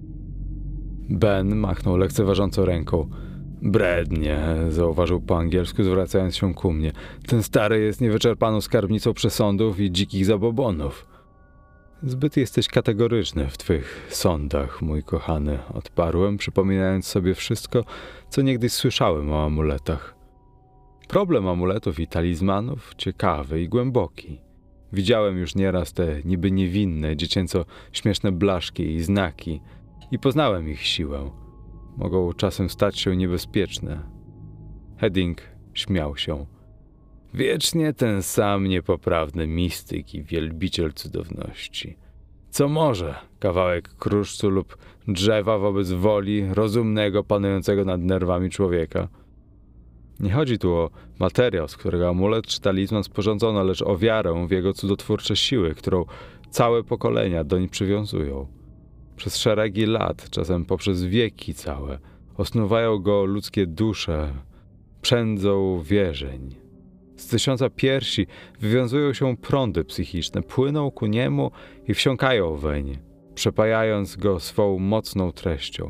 Ben machnął lekceważąco ręką. Brednie, zauważył po angielsku, zwracając się ku mnie. Ten stary jest niewyczerpaną skarbnicą przesądów i dzikich zabobonów. Zbyt jesteś kategoryczny w twych sądach, mój kochany, odparłem, przypominając sobie wszystko, co niegdyś słyszałem o amuletach. Problem amuletów i talizmanów ciekawy i głęboki. Widziałem już nieraz te niby niewinne, dziecięco śmieszne blaszki i znaki i poznałem ich siłę. Mogą czasem stać się niebezpieczne. Heading śmiał się. Wiecznie ten sam niepoprawny mistyk i wielbiciel cudowności. Co może kawałek kruszcu lub drzewa wobec woli rozumnego panującego nad nerwami człowieka? Nie chodzi tu o materiał, z którego amulet czy talizman sporządzono, lecz o wiarę w jego cudotwórcze siły, którą całe pokolenia doń przywiązują. Przez szeregi lat, czasem poprzez wieki całe, osnuwają go ludzkie dusze, przędzą wierzeń. Z tysiąca piersi wywiązują się prądy psychiczne, płyną ku niemu i wsiąkają weń, przepajając go swą mocną treścią.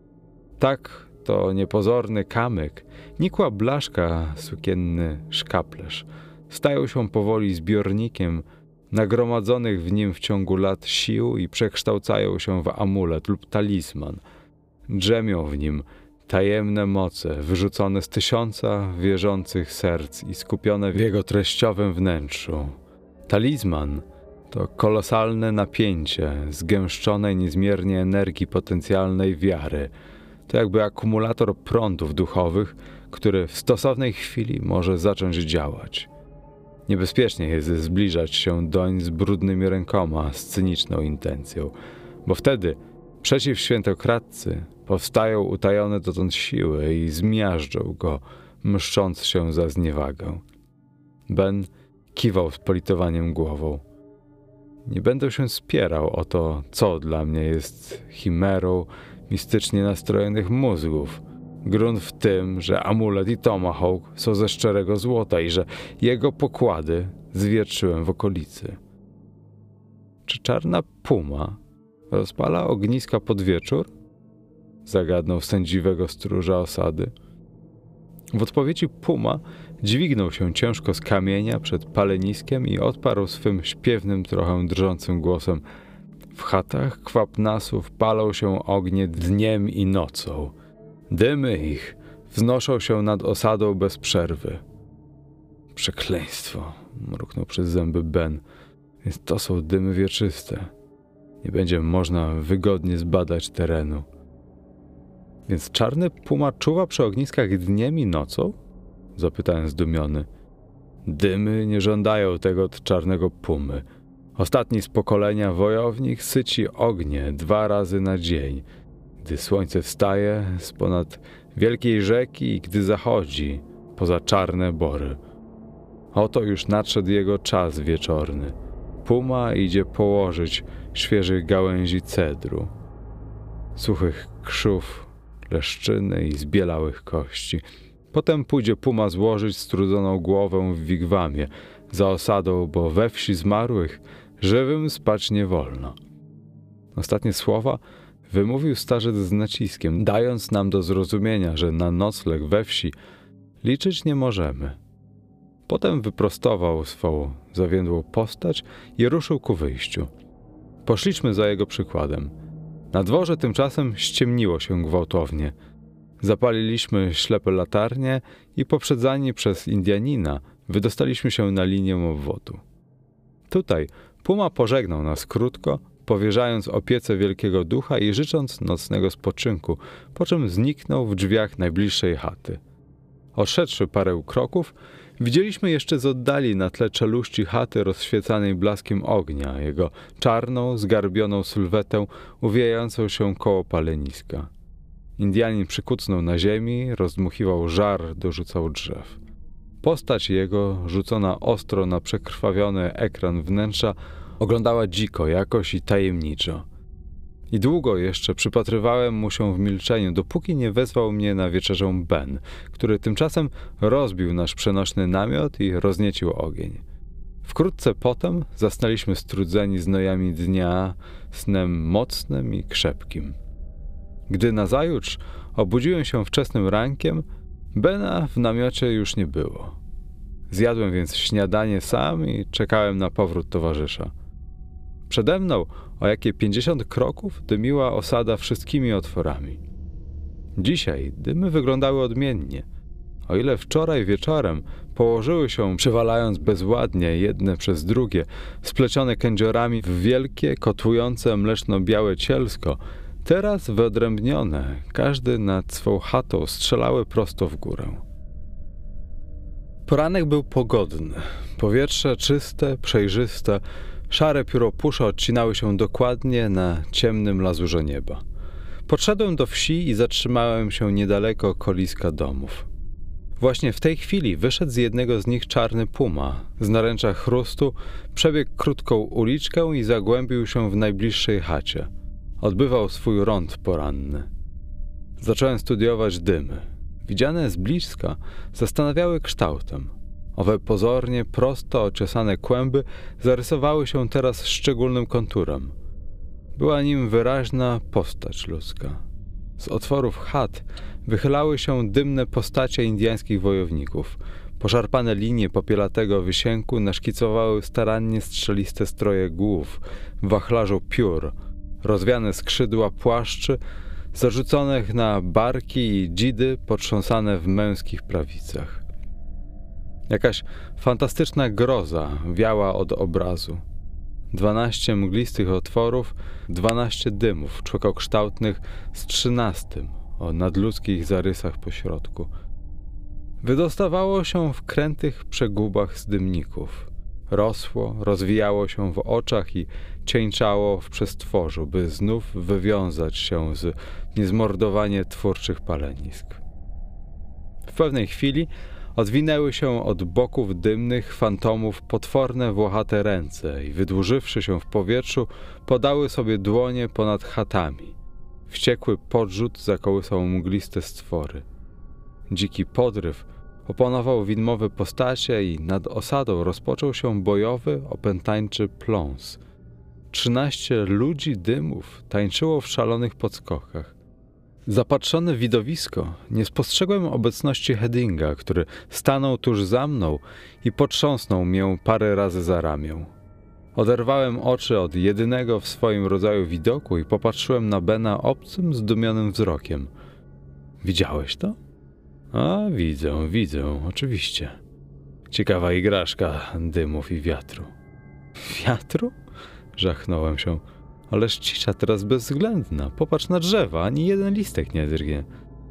Tak to niepozorny kamyk, nikła blaszka, sukienny szkaplerz stają się powoli zbiornikiem nagromadzonych w nim w ciągu lat sił i przekształcają się w amulet lub talizman. Drzemią w nim tajemne moce wyrzucone z tysiąca wierzących serc i skupione w jego treściowym wnętrzu. Talizman to kolosalne napięcie zgęszczonej niezmiernie energii potencjalnej wiary. To jakby akumulator prądów duchowych, który w stosownej chwili może zacząć działać. Niebezpiecznie jest zbliżać się doń z brudnymi rękoma, z cyniczną intencją, bo wtedy przeciw świętokradcy powstają utajone dotąd siły i zmiażdżą go, mszcząc się za zniewagę. Ben kiwał z politowaniem głową. Nie będę się spierał o to, co dla mnie jest chimerą mistycznie nastrojonych mózgów. Grunt w tym, że amulet i tomahawk są ze szczerego złota i że jego pokłady zwierczyłem w okolicy. Czy czarna puma rozpala ogniska pod wieczór? Zagadnął sędziwego stróża osady. W odpowiedzi puma dźwignął się ciężko z kamienia przed paleniskiem i odparł swym śpiewnym, trochę drżącym głosem: w chatach kwapnasów palą się ognie dniem i nocą. Dymy ich wznoszą się nad osadą bez przerwy. Przekleństwo, mruknął przez zęby Ben. Więc to są dymy wieczyste. Nie będzie można wygodnie zbadać terenu. Więc czarny puma czuwa przy ogniskach dniem i nocą? Zapytałem zdumiony. Dymy nie żądają tego od czarnego pumy. Ostatni z pokolenia wojownik syci ognie dwa razy na dzień, gdy słońce wstaje z ponad wielkiej rzeki i gdy zachodzi poza czarne bory. Oto już nadszedł jego czas wieczorny. Puma idzie położyć świeżych gałęzi cedru, suchych krzów, leszczyny i zbielałych kości. Potem pójdzie puma złożyć strudzoną głowę w wigwamie za osadą, bo we wsi zmarłych żywym spać nie wolno. Ostatnie słowa wymówił starzec z naciskiem, dając nam do zrozumienia, że na nocleg we wsi liczyć nie możemy. Potem wyprostował swą zawiędłą postać i ruszył ku wyjściu. Poszliśmy za jego przykładem. Na dworze tymczasem ściemniło się gwałtownie. Zapaliliśmy ślepe latarnie i poprzedzani przez Indianina wydostaliśmy się na linię obwodu. Tutaj puma pożegnał nas krótko, powierzając opiece wielkiego ducha i życząc nocnego spoczynku, po czym zniknął w drzwiach najbliższej chaty. Odszedłszy parę kroków, widzieliśmy jeszcze z oddali na tle czeluści chaty rozświecanej blaskiem ognia, jego czarną, zgarbioną sylwetę uwijającą się koło paleniska. Indianin przykucnął na ziemi, rozdmuchiwał żar, dorzucał drzew. Postać jego, rzucona ostro na przekrwawiony ekran wnętrza, oglądała dziko jakoś i tajemniczo. I długo jeszcze przypatrywałem mu się w milczeniu, dopóki nie wezwał mnie na wieczerzę Ben, który tymczasem rozbił nasz przenośny namiot i rozniecił ogień. Wkrótce potem zasnęliśmy strudzeni znojami dnia, snem mocnym i krzepkim. Gdy nazajutrz obudziłem się wczesnym rankiem, Bena w namiocie już nie było. Zjadłem więc śniadanie sam i czekałem na powrót towarzysza. Przede mną o jakie pięćdziesiąt kroków dymiła osada wszystkimi otworami. Dzisiaj dymy wyglądały odmiennie. O ile wczoraj wieczorem położyły się, przywalając bezładnie jedne przez drugie, splecione kędziorami w wielkie, kotłujące mleczno-białe cielsko, teraz wyodrębnione, każdy nad swą chatą, strzelały prosto w górę. Poranek był pogodny, powietrze czyste, przejrzyste, szare pióropusze odcinały się dokładnie na ciemnym lazurze nieba. Podszedłem do wsi i zatrzymałem się niedaleko koliska domów. Właśnie w tej chwili wyszedł z jednego z nich czarny puma. Z naręcza chrustu przebiegł krótką uliczkę i zagłębił się w najbliższej chacie. Odbywał swój rąd poranny. Zacząłem studiować dymy. Widziane z bliska zastanawiały kształtem. Owe pozornie prosto ociosane kłęby zarysowały się teraz szczególnym konturem. Była nim wyraźna postać ludzka. Z otworów chat wychylały się dymne postacie indiańskich wojowników. Poszarpane linie popielatego wysięku naszkicowały starannie strzeliste stroje głów, wachlarzu piór, rozwiane skrzydła płaszczy, zarzuconych na barki i dzidy potrząsane w męskich prawicach. Jakaś fantastyczna groza wiała od obrazu. Dwanaście mglistych otworów, dwanaście dymów człowiekokształtnych z trzynastym o nadludzkich zarysach pośrodku. Wydostawało się w krętych przegubach z dymników. Rosło, rozwijało się w oczach i cieńczało w przestworzu, by znów wywiązać się z niezmordowanie twórczych palenisk. W pewnej chwili odwinęły się od boków dymnych fantomów potworne włochate ręce i wydłużywszy się w powietrzu, podały sobie dłonie ponad chatami. Wściekły podrzut zakołysał mgliste stwory. Dziki podryw opanował widmowe postacie i nad osadą rozpoczął się bojowy, opętańczy pląs. Trzynaście ludzi dymów tańczyło w szalonych podskokach. Zapatrzony w widowisko, nie spostrzegłem obecności Headinga, który stanął tuż za mną i potrząsnął mię parę razy za ramię. Oderwałem oczy od jedynego w swoim rodzaju widoku i popatrzyłem na Bena obcym, zdumionym wzrokiem. Widziałeś to? A, widzę, widzę, oczywiście. Ciekawa igraszka dymów i wiatru. Wiatru? Żachnąłem się. Ależ cisza teraz bezwzględna. Popatrz na drzewa, ani jeden listek nie drgnie.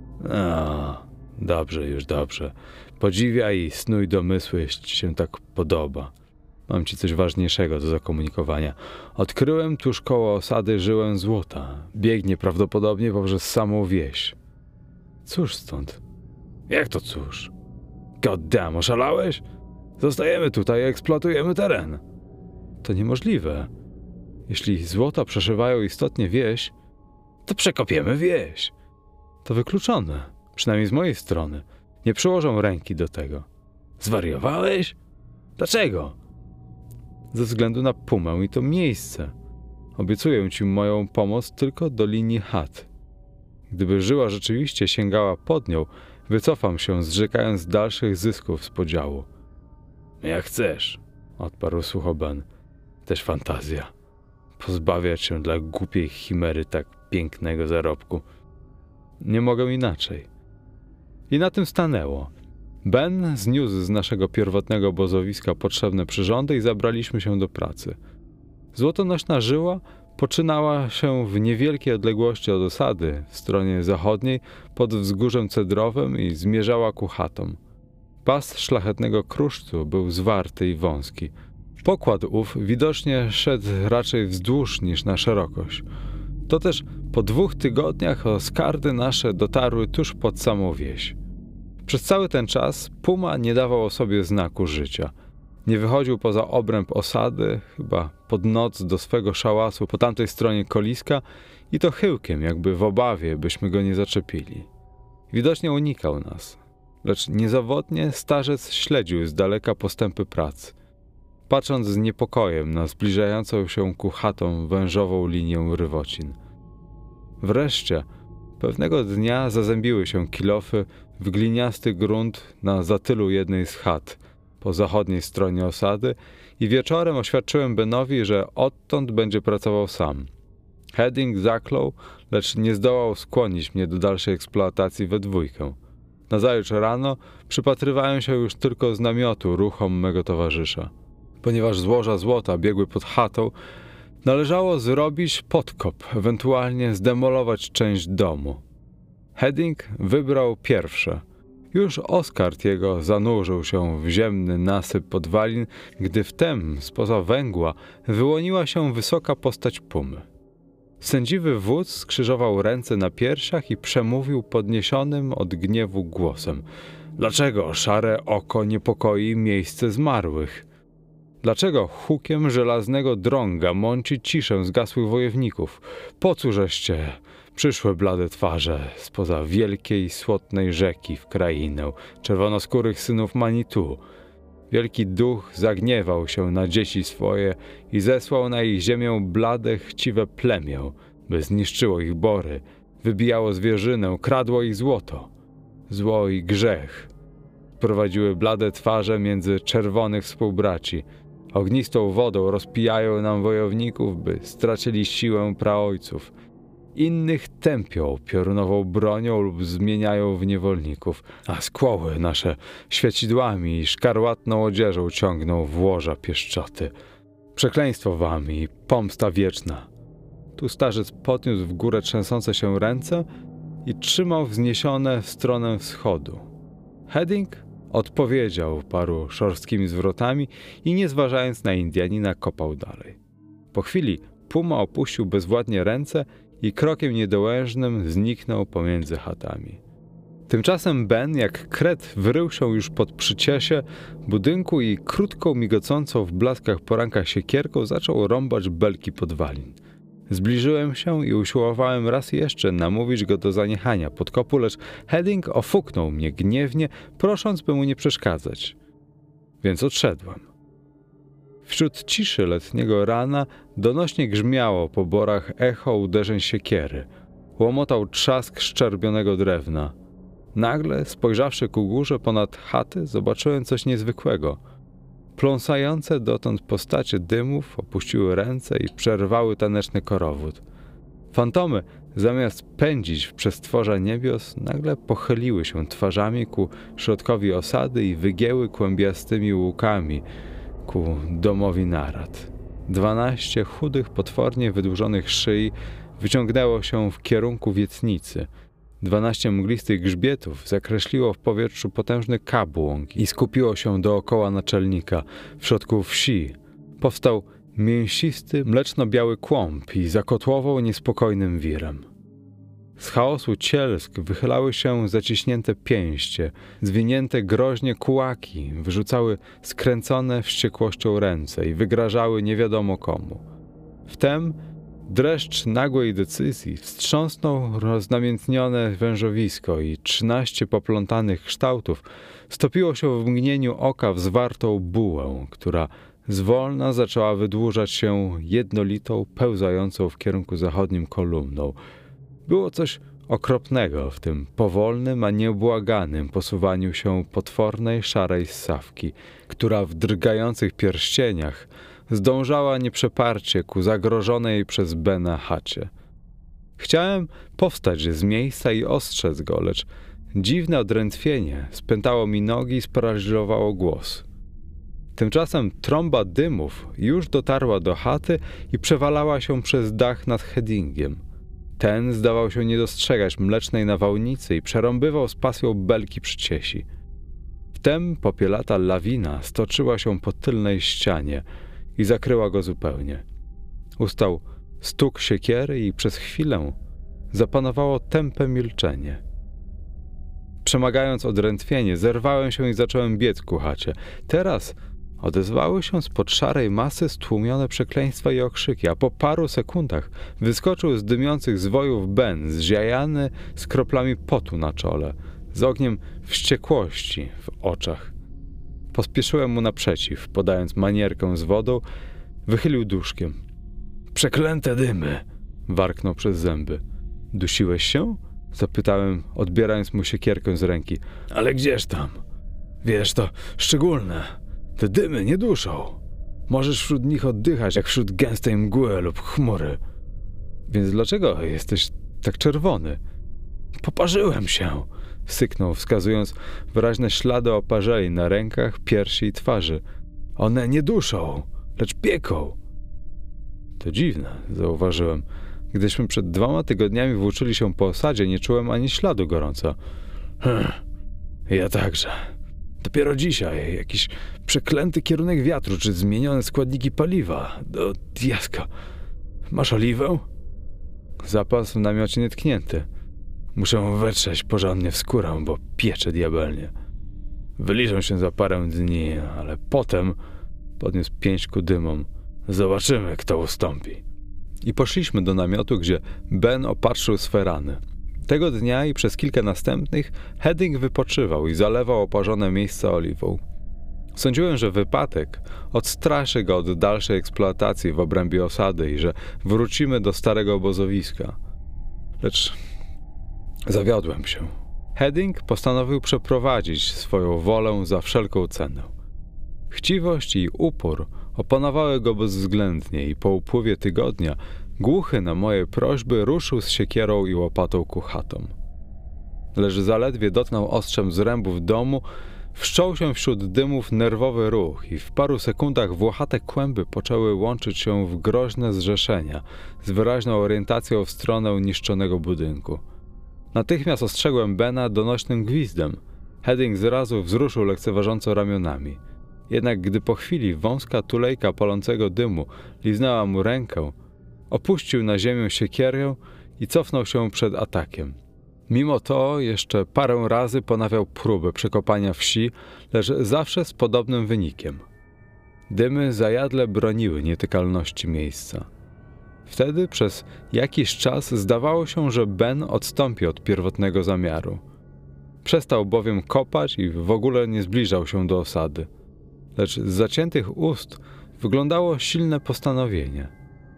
A, dobrze, już dobrze. Podziwiaj i snuj domysły, jeśli ci się tak podoba. Mam ci coś ważniejszego do zakomunikowania. Odkryłem tuż koło osady żyłę złota. Biegnie prawdopodobnie poprzez samą wieś. Cóż stąd? Jak to cóż? God damn, oszalałeś? Zostajemy tutaj i eksploatujemy teren. To niemożliwe. Jeśli złota przeszywają istotnie wieś, to przekopiemy wieś. To wykluczone, przynajmniej z mojej strony. Nie przyłożą ręki do tego. Zwariowałeś? Dlaczego? Ze względu na Pumę i to miejsce. Obiecuję ci moją pomoc tylko do linii chat. Gdyby żyła rzeczywiście sięgała pod nią, wycofam się, zrzekając dalszych zysków z podziału. Jak chcesz, odparł sucho Ben. Też fantazja. Pozbawiać się dla głupiej chimery tak pięknego zarobku. Nie mogę inaczej. I na tym stanęło. Ben zniósł z naszego pierwotnego obozowiska potrzebne przyrządy i zabraliśmy się do pracy. Złotonośna żyła poczynała się w niewielkiej odległości od osady, w stronie zachodniej, pod wzgórzem cedrowym i zmierzała ku chatom. Pas szlachetnego kruszcu był zwarty i wąski. Pokład ów widocznie szedł raczej wzdłuż niż na szerokość. To też po dwóch tygodniach oskardy nasze dotarły tuż pod samą wieś. Przez cały ten czas Puma nie dawał o sobie znaku życia. Nie wychodził poza obręb osady, chyba pod noc do swego szałasu po tamtej stronie koliska i to chyłkiem, jakby w obawie, byśmy go nie zaczepili. Widocznie unikał nas, lecz niezawodnie starzec śledził z daleka postępy pracy, patrząc z niepokojem na zbliżającą się ku chatom wężową linię rywocin. Wreszcie pewnego dnia zazębiły się kilofy w gliniasty grunt na zatylu jednej z chat po zachodniej stronie osady i wieczorem oświadczyłem Benowi, że odtąd będzie pracował sam. Heading zaklął, lecz nie zdołał skłonić mnie do dalszej eksploatacji we dwójkę. Nazajutrz rano przypatrywałem się już tylko z namiotu ruchom mego towarzysza. Ponieważ złoża złota biegły pod chatą, należało zrobić podkop, ewentualnie zdemolować część domu. Heading wybrał pierwsze. Już Oskard jego zanurzył się w ziemny nasyp podwalin, gdy wtem spoza węgła wyłoniła się wysoka postać Pumy. Sędziwy wódz skrzyżował ręce na piersiach i przemówił podniesionym od gniewu głosem. Dlaczego szare oko niepokoi miejsce zmarłych? Dlaczego hukiem żelaznego drąga mąci ciszę zgasłych wojowników? Po cóżeście przyszłe blade twarze spoza wielkiej, słotnej rzeki w krainę czerwonoskórych synów Manitu? Wielki duch zagniewał się na dzieci swoje i zesłał na ich ziemię blade, chciwe plemię, by zniszczyło ich bory, wybijało zwierzynę, kradło ich złoto. Zło i grzech prowadziły blade twarze między czerwonych współbraci. Ognistą wodą rozpijają nam wojowników, by stracili siłę praojców. Innych tępią piorunową bronią lub zmieniają w niewolników, a skłoły nasze świecidłami i szkarłatną odzieżą ciągną w łoża pieszczoty. Przekleństwo wam i pomsta wieczna. Tu starzec podniósł w górę trzęsące się ręce i trzymał wzniesione w stronę wschodu. Heading odpowiedział paru szorstkimi zwrotami i nie zważając na Indianina kopał dalej. Po chwili Puma opuścił bezwładnie ręce i krokiem niedołężnym zniknął pomiędzy chatami. Tymczasem Ben jak kret wyrył się już pod przyciesie budynku i krótką migocącą w blaskach poranka siekierką zaczął rąbać belki podwalin. Zbliżyłem się i usiłowałem raz jeszcze namówić go do zaniechania podkopu, lecz Heading ofuknął mnie gniewnie, prosząc, by mu nie przeszkadzać. Więc odszedłem. Wśród ciszy letniego rana donośnie grzmiało po borach echo uderzeń siekiery. łomotał trzask szczerbionego drewna. Nagle, spojrzawszy ku górze ponad chaty, zobaczyłem coś niezwykłego. Pląsające dotąd postacie dymów opuściły ręce i przerwały taneczny korowód. Fantomy, zamiast pędzić w przestworza niebios, nagle pochyliły się twarzami ku środkowi osady i wygięły kłębiastymi łukami ku domowi narad. Dwanaście chudych, potwornie wydłużonych szyi wyciągnęło się w kierunku wiecnicy. Dwanaście mglistych grzbietów zakreśliło w powietrzu potężny kabłąk i skupiło się dookoła naczelnika. W środku wsi powstał mięsisty, mleczno-biały kłąb i zakotłował niespokojnym wirem. Z chaosu cielsk wychylały się zaciśnięte pięście, zwinięte groźnie kułaki, wyrzucały skręcone wściekłością ręce i wygrażały nie wiadomo komu. Wtem dreszcz nagłej decyzji wstrząsnął roznamiętnione wężowisko i trzynaście poplątanych kształtów stopiło się w mgnieniu oka w zwartą bułę, która zwolna zaczęła wydłużać się jednolitą, pełzającą w kierunku zachodnim kolumną. Było coś okropnego w tym powolnym, a nieubłaganym posuwaniu się potwornej, szarej ssawki, która w drgających pierścieniach zdążała nieprzeparcie ku zagrożonej przez Bena chacie. Chciałem powstać z miejsca i ostrzec go, lecz dziwne odrętwienie spętało mi nogi i sparaliżowało głos. Tymczasem trąba dymów już dotarła do chaty i przewalała się przez dach nad Heddingiem. Ten zdawał się nie dostrzegać mlecznej nawałnicy i przerąbywał z pasją belki przy ciesi. Wtem popielata lawina stoczyła się po tylnej ścianie i zakryła go zupełnie. Ustał stuk siekiery i przez chwilę zapanowało tępe milczenie. Przemagając odrętwienie, zerwałem się i zacząłem biec ku chacie. Teraz odezwały się spod szarej masy stłumione przekleństwa i okrzyki, a po paru sekundach wyskoczył z dymiących zwojów Ben, zziajany z kroplami potu na czole, z ogniem wściekłości w oczach. Pospieszyłem mu naprzeciw, podając manierkę z wodą, wychylił duszkiem. Przeklęte dymy! Warknął przez zęby. Dusiłeś się? Zapytałem, odbierając mu siekierkę z ręki. Ale gdzież tam? Wiesz, to szczególne. Te dymy nie duszą. Możesz wśród nich oddychać, jak wśród gęstej mgły lub chmury. Więc dlaczego jesteś tak czerwony? Poparzyłem się, syknął, wskazując wyraźne ślady oparzeli na rękach, piersi i twarzy. One nie duszą, lecz pieką. To dziwne, zauważyłem. Gdyśmy przed dwoma tygodniami włóczyli się po osadzie, nie czułem ani śladu gorąca. Hm, ja także. Dopiero dzisiaj jakiś przeklęty kierunek wiatru, czy zmienione składniki paliwa. Do diaska. Masz oliwę? Zapas w namiocie nietknięty. Muszę wetrzeć porządnie w skórę, bo piecze diabelnie. Wyliżę się za parę dni, ale potem podniósł pięść ku dymom. Zobaczymy, kto ustąpi. I poszliśmy do namiotu, gdzie Ben opatrzył swe rany. Tego dnia i przez kilka następnych Hedding wypoczywał i zalewał oparzone miejsca oliwą. Sądziłem, że wypadek odstraszy go od dalszej eksploatacji w obrębie osady i że wrócimy do starego obozowiska. Lecz zawiodłem się. Hedding postanowił przeprowadzić swoją wolę za wszelką cenę. Chciwość i upór opanowały go bezwzględnie i po upływie tygodnia, głuchy na moje prośby, ruszył z siekierą i łopatą ku chatom. Lecz zaledwie dotknął ostrzem zrębów domu, wszczął się wśród dymów nerwowy ruch i w paru sekundach włochate kłęby poczęły łączyć się w groźne zrzeszenia z wyraźną orientacją w stronę niszczonego budynku. Natychmiast ostrzegłem Bena donośnym gwizdem. Hedding zrazu wzruszył lekceważąco ramionami. Jednak gdy po chwili wąska tulejka palącego dymu liznęła mu rękę, opuścił na ziemię siekierę i cofnął się przed atakiem. Mimo to jeszcze parę razy ponawiał próbę przekopania wsi, lecz zawsze z podobnym wynikiem. Dymy zajadle broniły nietykalności miejsca. Wtedy przez jakiś czas zdawało się, że Ben odstąpi od pierwotnego zamiaru. Przestał bowiem kopać i w ogóle nie zbliżał się do osady. Lecz z zaciętych ust wyglądało silne postanowienie.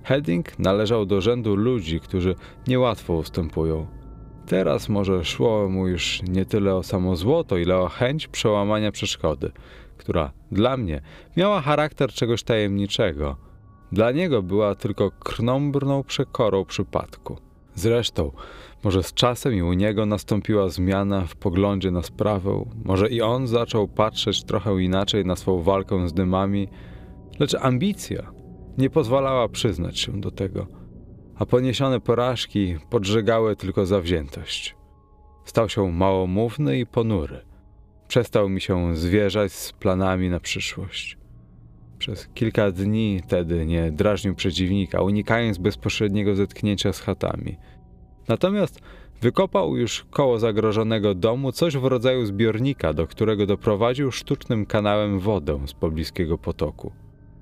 Hedding należał do rzędu ludzi, którzy niełatwo ustępują. Teraz może szło mu już nie tyle o samo złoto, ile o chęć przełamania przeszkody, która dla mnie miała charakter czegoś tajemniczego. Dla niego była tylko krnąbrną przekorą przypadku. Zresztą, może z czasem i u niego nastąpiła zmiana w poglądzie na sprawę, może i on zaczął patrzeć trochę inaczej na swą walkę z dymami, lecz ambicja nie pozwalała przyznać się do tego, a poniesione porażki podżegały tylko zawziętość. Stał się małomówny i ponury. Przestał mi się zwierzać z planami na przyszłość. Przez kilka dni tedy nie drażnił przeciwnika, unikając bezpośredniego zetknięcia z chatami. Natomiast wykopał już koło zagrożonego domu coś w rodzaju zbiornika, do którego doprowadził sztucznym kanałem wodę z pobliskiego potoku.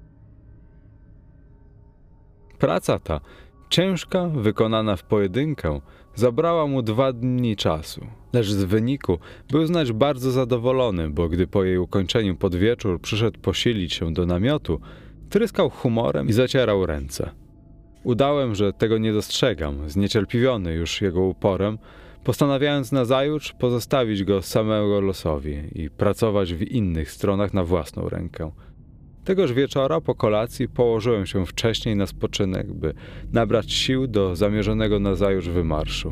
Praca ta, ciężka, wykonana w pojedynkę, zabrała mu dwa dni czasu, lecz z wyniku był znać bardzo zadowolony, bo gdy po jej ukończeniu pod wieczór przyszedł posilić się do namiotu, tryskał humorem i zacierał ręce. Udałem, że tego nie dostrzegam, zniecierpliwiony już jego uporem, postanawiając nazajutrz pozostawić go samego losowi i pracować w innych stronach na własną rękę. Tegoż wieczora po kolacji położyłem się wcześniej na spoczynek, by nabrać sił do zamierzonego nazajutrz wymarszu.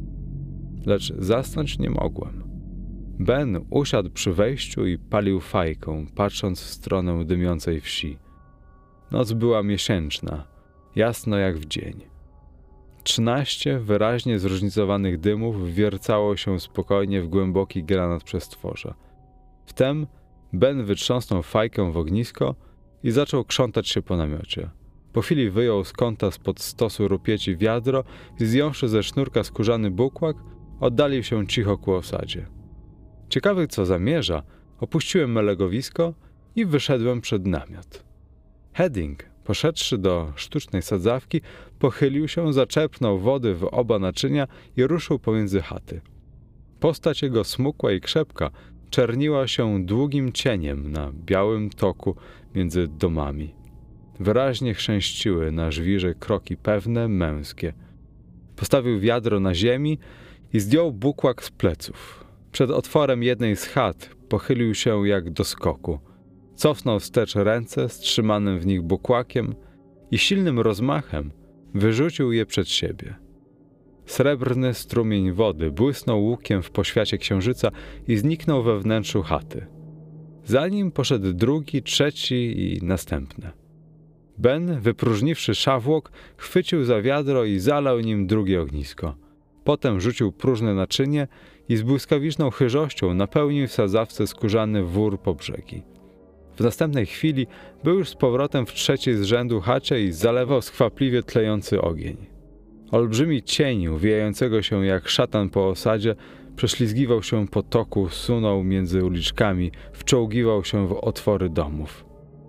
Lecz zasnąć nie mogłem. Ben usiadł przy wejściu i palił fajkę, patrząc w stronę dymiącej wsi. Noc była miesięczna, jasno jak w dzień. Trzynaście wyraźnie zróżnicowanych dymów wiercało się spokojnie w głęboki granat przestworza. Wtem Ben wytrząsnął fajkę w ognisko i zaczął krzątać się po namiocie. Po chwili wyjął z kąta spod stosu rupieci wiadro i zdjąwszy ze sznurka skórzany bukłak, oddalił się cicho ku osadzie. Ciekawy, co zamierza, opuściłem melegowisko i wyszedłem przed namiot. Hedding, poszedłszy do sztucznej sadzawki, pochylił się, zaczerpnął wody w oba naczynia i ruszył pomiędzy chaty. Postać jego smukła i krzepka czerniła się długim cieniem na białym toku między domami. Wyraźnie chrzęściły na żwirze kroki pewne, męskie. Postawił wiadro na ziemi i zdjął bukłak z pleców. Przed otworem jednej z chat pochylił się jak do skoku. Cofnął wstecz ręce z trzymanym w nich bukłakiem i silnym rozmachem wyrzucił je przed siebie. Srebrny strumień wody błysnął łukiem w poświacie księżyca i zniknął we wnętrzu chaty. Za nim poszedł drugi, trzeci i następne. Ben, wypróżniwszy szawłok, chwycił za wiadro i zalał nim drugie ognisko. Potem rzucił próżne naczynie i z błyskawiczną chyżością napełnił w sadzawce skórzany wór po brzegi. W następnej chwili był już z powrotem w trzeciej z rzędu chacie i zalewał skwapliwie tlejący ogień. Olbrzymi cień, uwijającego się jak szatan po osadzie, prześlizgiwał się po toku, sunął między uliczkami, wczołgiwał się w otwory domów.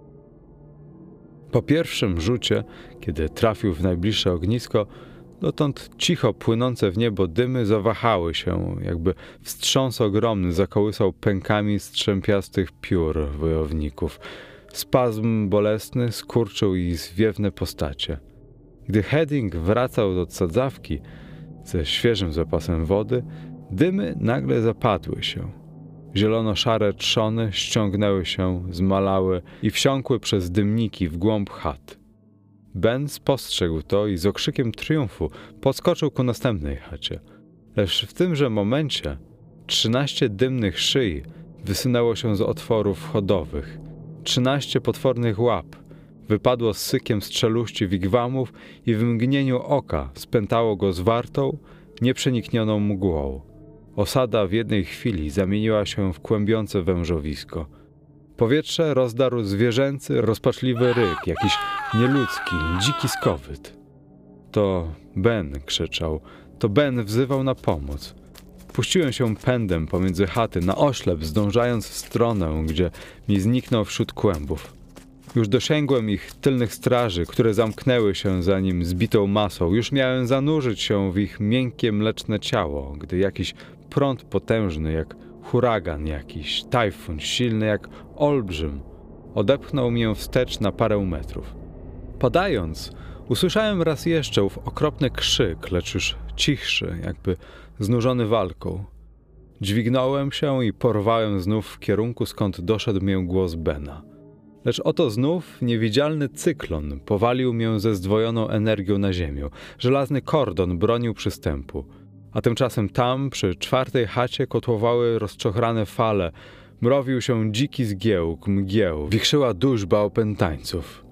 Po pierwszym rzucie, kiedy trafił w najbliższe ognisko, dotąd cicho płynące w niebo dymy zawahały się, jakby wstrząs ogromny zakołysał pękami strzępiastych piór wojowników. Spazm bolesny skurczył ich zwiewne postacie. Gdy Hedding wracał do sadzawki ze świeżym zapasem wody, dymy nagle zapadły się. Zielono-szare trzony ściągnęły się, zmalały i wsiąkły przez dymniki w głąb chat. Ben spostrzegł to i z okrzykiem triumfu podskoczył ku następnej chacie. Lecz w tymże momencie trzynaście dymnych szyi wysunęło się z otworów wchodowych. Trzynaście potwornych łap wypadło z sykiem z czeluści wigwamów i w mgnieniu oka spętało go zwartą, nieprzeniknioną mgłą. Osada w jednej chwili zamieniła się w kłębiące wężowisko. Powietrze rozdarł zwierzęcy, rozpaczliwy ryk, jakiś nieludzki, dziki skowyt. To Ben krzyczał, to Ben wzywał na pomoc. Puściłem się pędem pomiędzy chaty, na oślep, zdążając w stronę, gdzie mi zniknął wśród kłębów. Już dosięgłem ich tylnych straży, które zamknęły się za nim zbitą masą. Już miałem zanurzyć się w ich miękkie, mleczne ciało, gdy jakiś prąd potężny, jak huragan jakiś, tajfun silny jak olbrzym, odepchnął mnie wstecz na parę metrów. Padając, Usłyszałem raz jeszcze ów okropny krzyk, lecz już cichszy, jakby znużony walką. Dźwignąłem się i porwałem znów w kierunku, skąd doszedł mię głos Bena. Lecz oto znów niewidzialny cyklon powalił mię ze zdwojoną energią na ziemię. Żelazny kordon bronił przystępu. A tymczasem tam, przy czwartej chacie, kotłowały rozczochrane fale. Mrowił się dziki zgiełk, mgieł, wichrzyła dużba opętańców.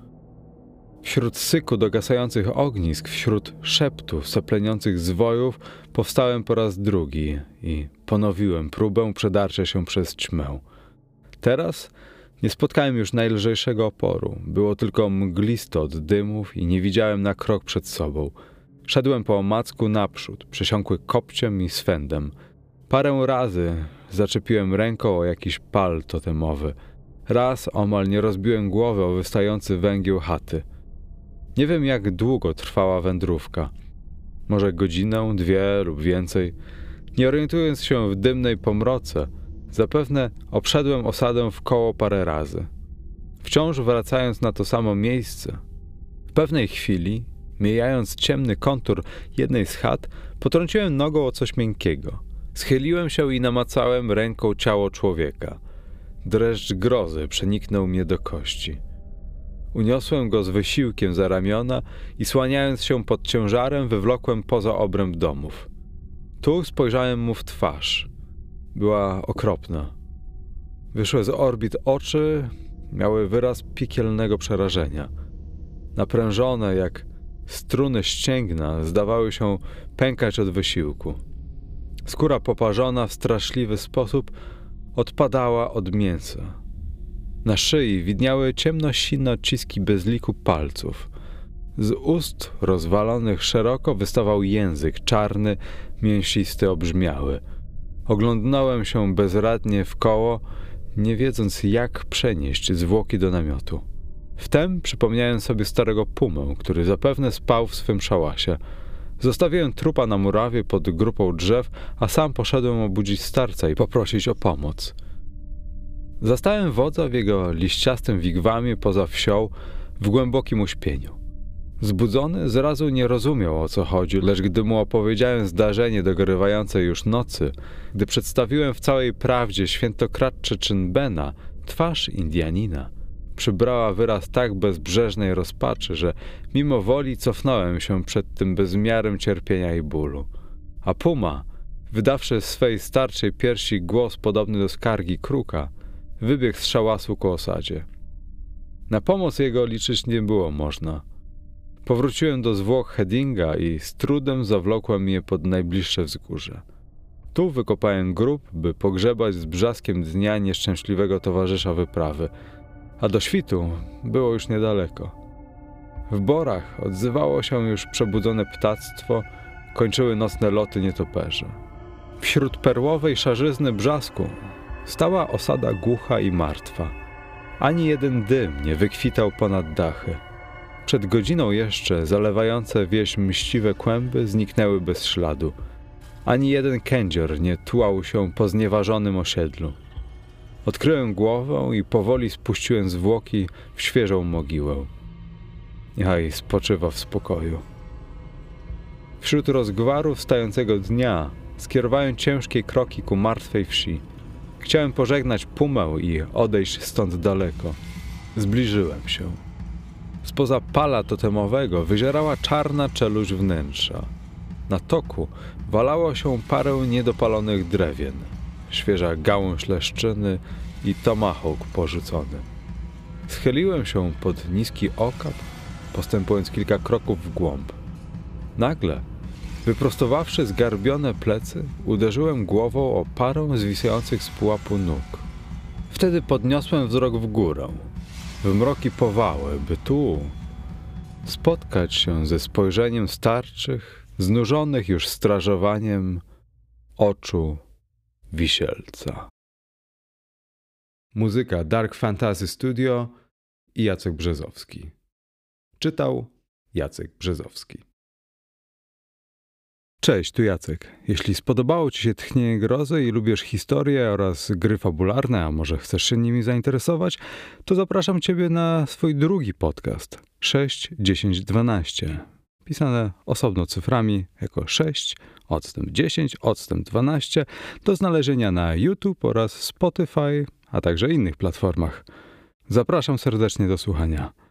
Wśród syku dogasających ognisk, wśród szeptów sepleniących zwojów powstałem po raz drugi i ponowiłem próbę przedarcia się przez ćmę. Teraz nie spotkałem już najlżejszego oporu. Było tylko mglisto od dymów i nie widziałem na krok przed sobą. Szedłem po omacku naprzód, przesiąkły kopciem i swędem. Parę razy zaczepiłem ręką o jakiś pal totemowy. Raz omal nie rozbiłem głowy o wystający węgiel chaty. Nie wiem, jak długo trwała wędrówka. Może godzinę, dwie lub więcej. Nie orientując się w dymnej pomroce, zapewne obszedłem osadę w koło parę razy. Wciąż wracając na to samo miejsce. W pewnej chwili, mijając ciemny kontur jednej z chat, potrąciłem nogą o coś miękkiego. Schyliłem się i namacałem ręką ciało człowieka. Dreszcz grozy przeniknął mnie do kości. Uniosłem go z wysiłkiem za ramiona i słaniając się pod ciężarem, wywlokłem poza obręb domów. Tu spojrzałem mu w twarz. Była okropna. Wyszłe z orbit oczy miały wyraz piekielnego przerażenia. Naprężone jak struny ścięgna zdawały się pękać od wysiłku. Skóra poparzona w straszliwy sposób odpadała od mięsa. Na szyi widniały ciemno-sinne odciski bezliku palców. Z ust rozwalonych szeroko wystawał język, czarny, mięsisty, obrzmiały. Oglądnąłem się bezradnie w koło, nie wiedząc, jak przenieść zwłoki do namiotu. Wtem przypomniałem sobie starego Pumę, który zapewne spał w swym szałasie. Zostawiłem trupa na murawie pod grupą drzew, a sam poszedłem obudzić starca i poprosić o pomoc. Zastałem wodza w jego liściastym wigwamie poza wsią w głębokim uśpieniu. Zbudzony zrazu nie rozumiał, o co chodzi, lecz gdy mu opowiedziałem zdarzenie dogorywającej już nocy, gdy przedstawiłem w całej prawdzie świętokradczy czyn Bena, twarz Indianina przybrała wyraz tak bezbrzeżnej rozpaczy, że mimo woli cofnąłem się przed tym bezmiarem cierpienia i bólu. A Puma, wydawszy z swej starczej piersi głos podobny do skargi kruka, wybiegł z szałasu ku osadzie. Na pomoc jego liczyć nie było można. Powróciłem do zwłok Headinga i z trudem zawlokłem je pod najbliższe wzgórze. Tu wykopałem grób, by pogrzebać z brzaskiem dnia nieszczęśliwego towarzysza wyprawy, a do świtu było już niedaleko. W borach odzywało się już przebudzone ptactwo, kończyły nocne loty nietoperze. Wśród perłowej szarzyzny brzasku stała osada głucha i martwa. Ani jeden dym nie wykwitał ponad dachy. Przed godziną jeszcze zalewające wieś mściwe kłęby zniknęły bez śladu. Ani jeden kędzior nie tułał się po znieważonym osiedlu. Odkryłem głowę i powoli spuściłem zwłoki w świeżą mogiłę. Niechaj spoczywa w spokoju. Wśród rozgwaru wstającego dnia skierowałem ciężkie kroki ku martwej wsi. Chciałem pożegnać Pumę i odejść stąd daleko. Zbliżyłem się. Spoza pala totemowego wyzierała czarna czeluść wnętrza. Na toku walało się parę niedopalonych drewien, świeża gałąź leszczyny i tomahawk porzucony. Schyliłem się pod niski okap, postępując kilka kroków w głąb. Nagle, wyprostowawszy zgarbione plecy, uderzyłem głową o parę zwisających z pułapu nóg. Wtedy podniosłem wzrok w górę, w mroki powały, by tu spotkać się ze spojrzeniem starczych, znużonych już strażowaniem oczu Wisielca. Muzyka Dark Fantasy Studio i Jacek Brzezowski. Czytał Jacek Brzezowski. Cześć, tu Jacek. Jeśli spodobało Ci się Tchnienie Grozy i lubisz historię oraz gry fabularne, a może chcesz się nimi zainteresować, to zapraszam Ciebie na swój drugi podcast sześć, dziesięć, dwanaście. Pisane osobno cyframi jako sześć, odstęp dziesięć, odstęp dwanaście, do znalezienia na YouTube oraz Spotify, a także innych platformach. Zapraszam serdecznie do słuchania.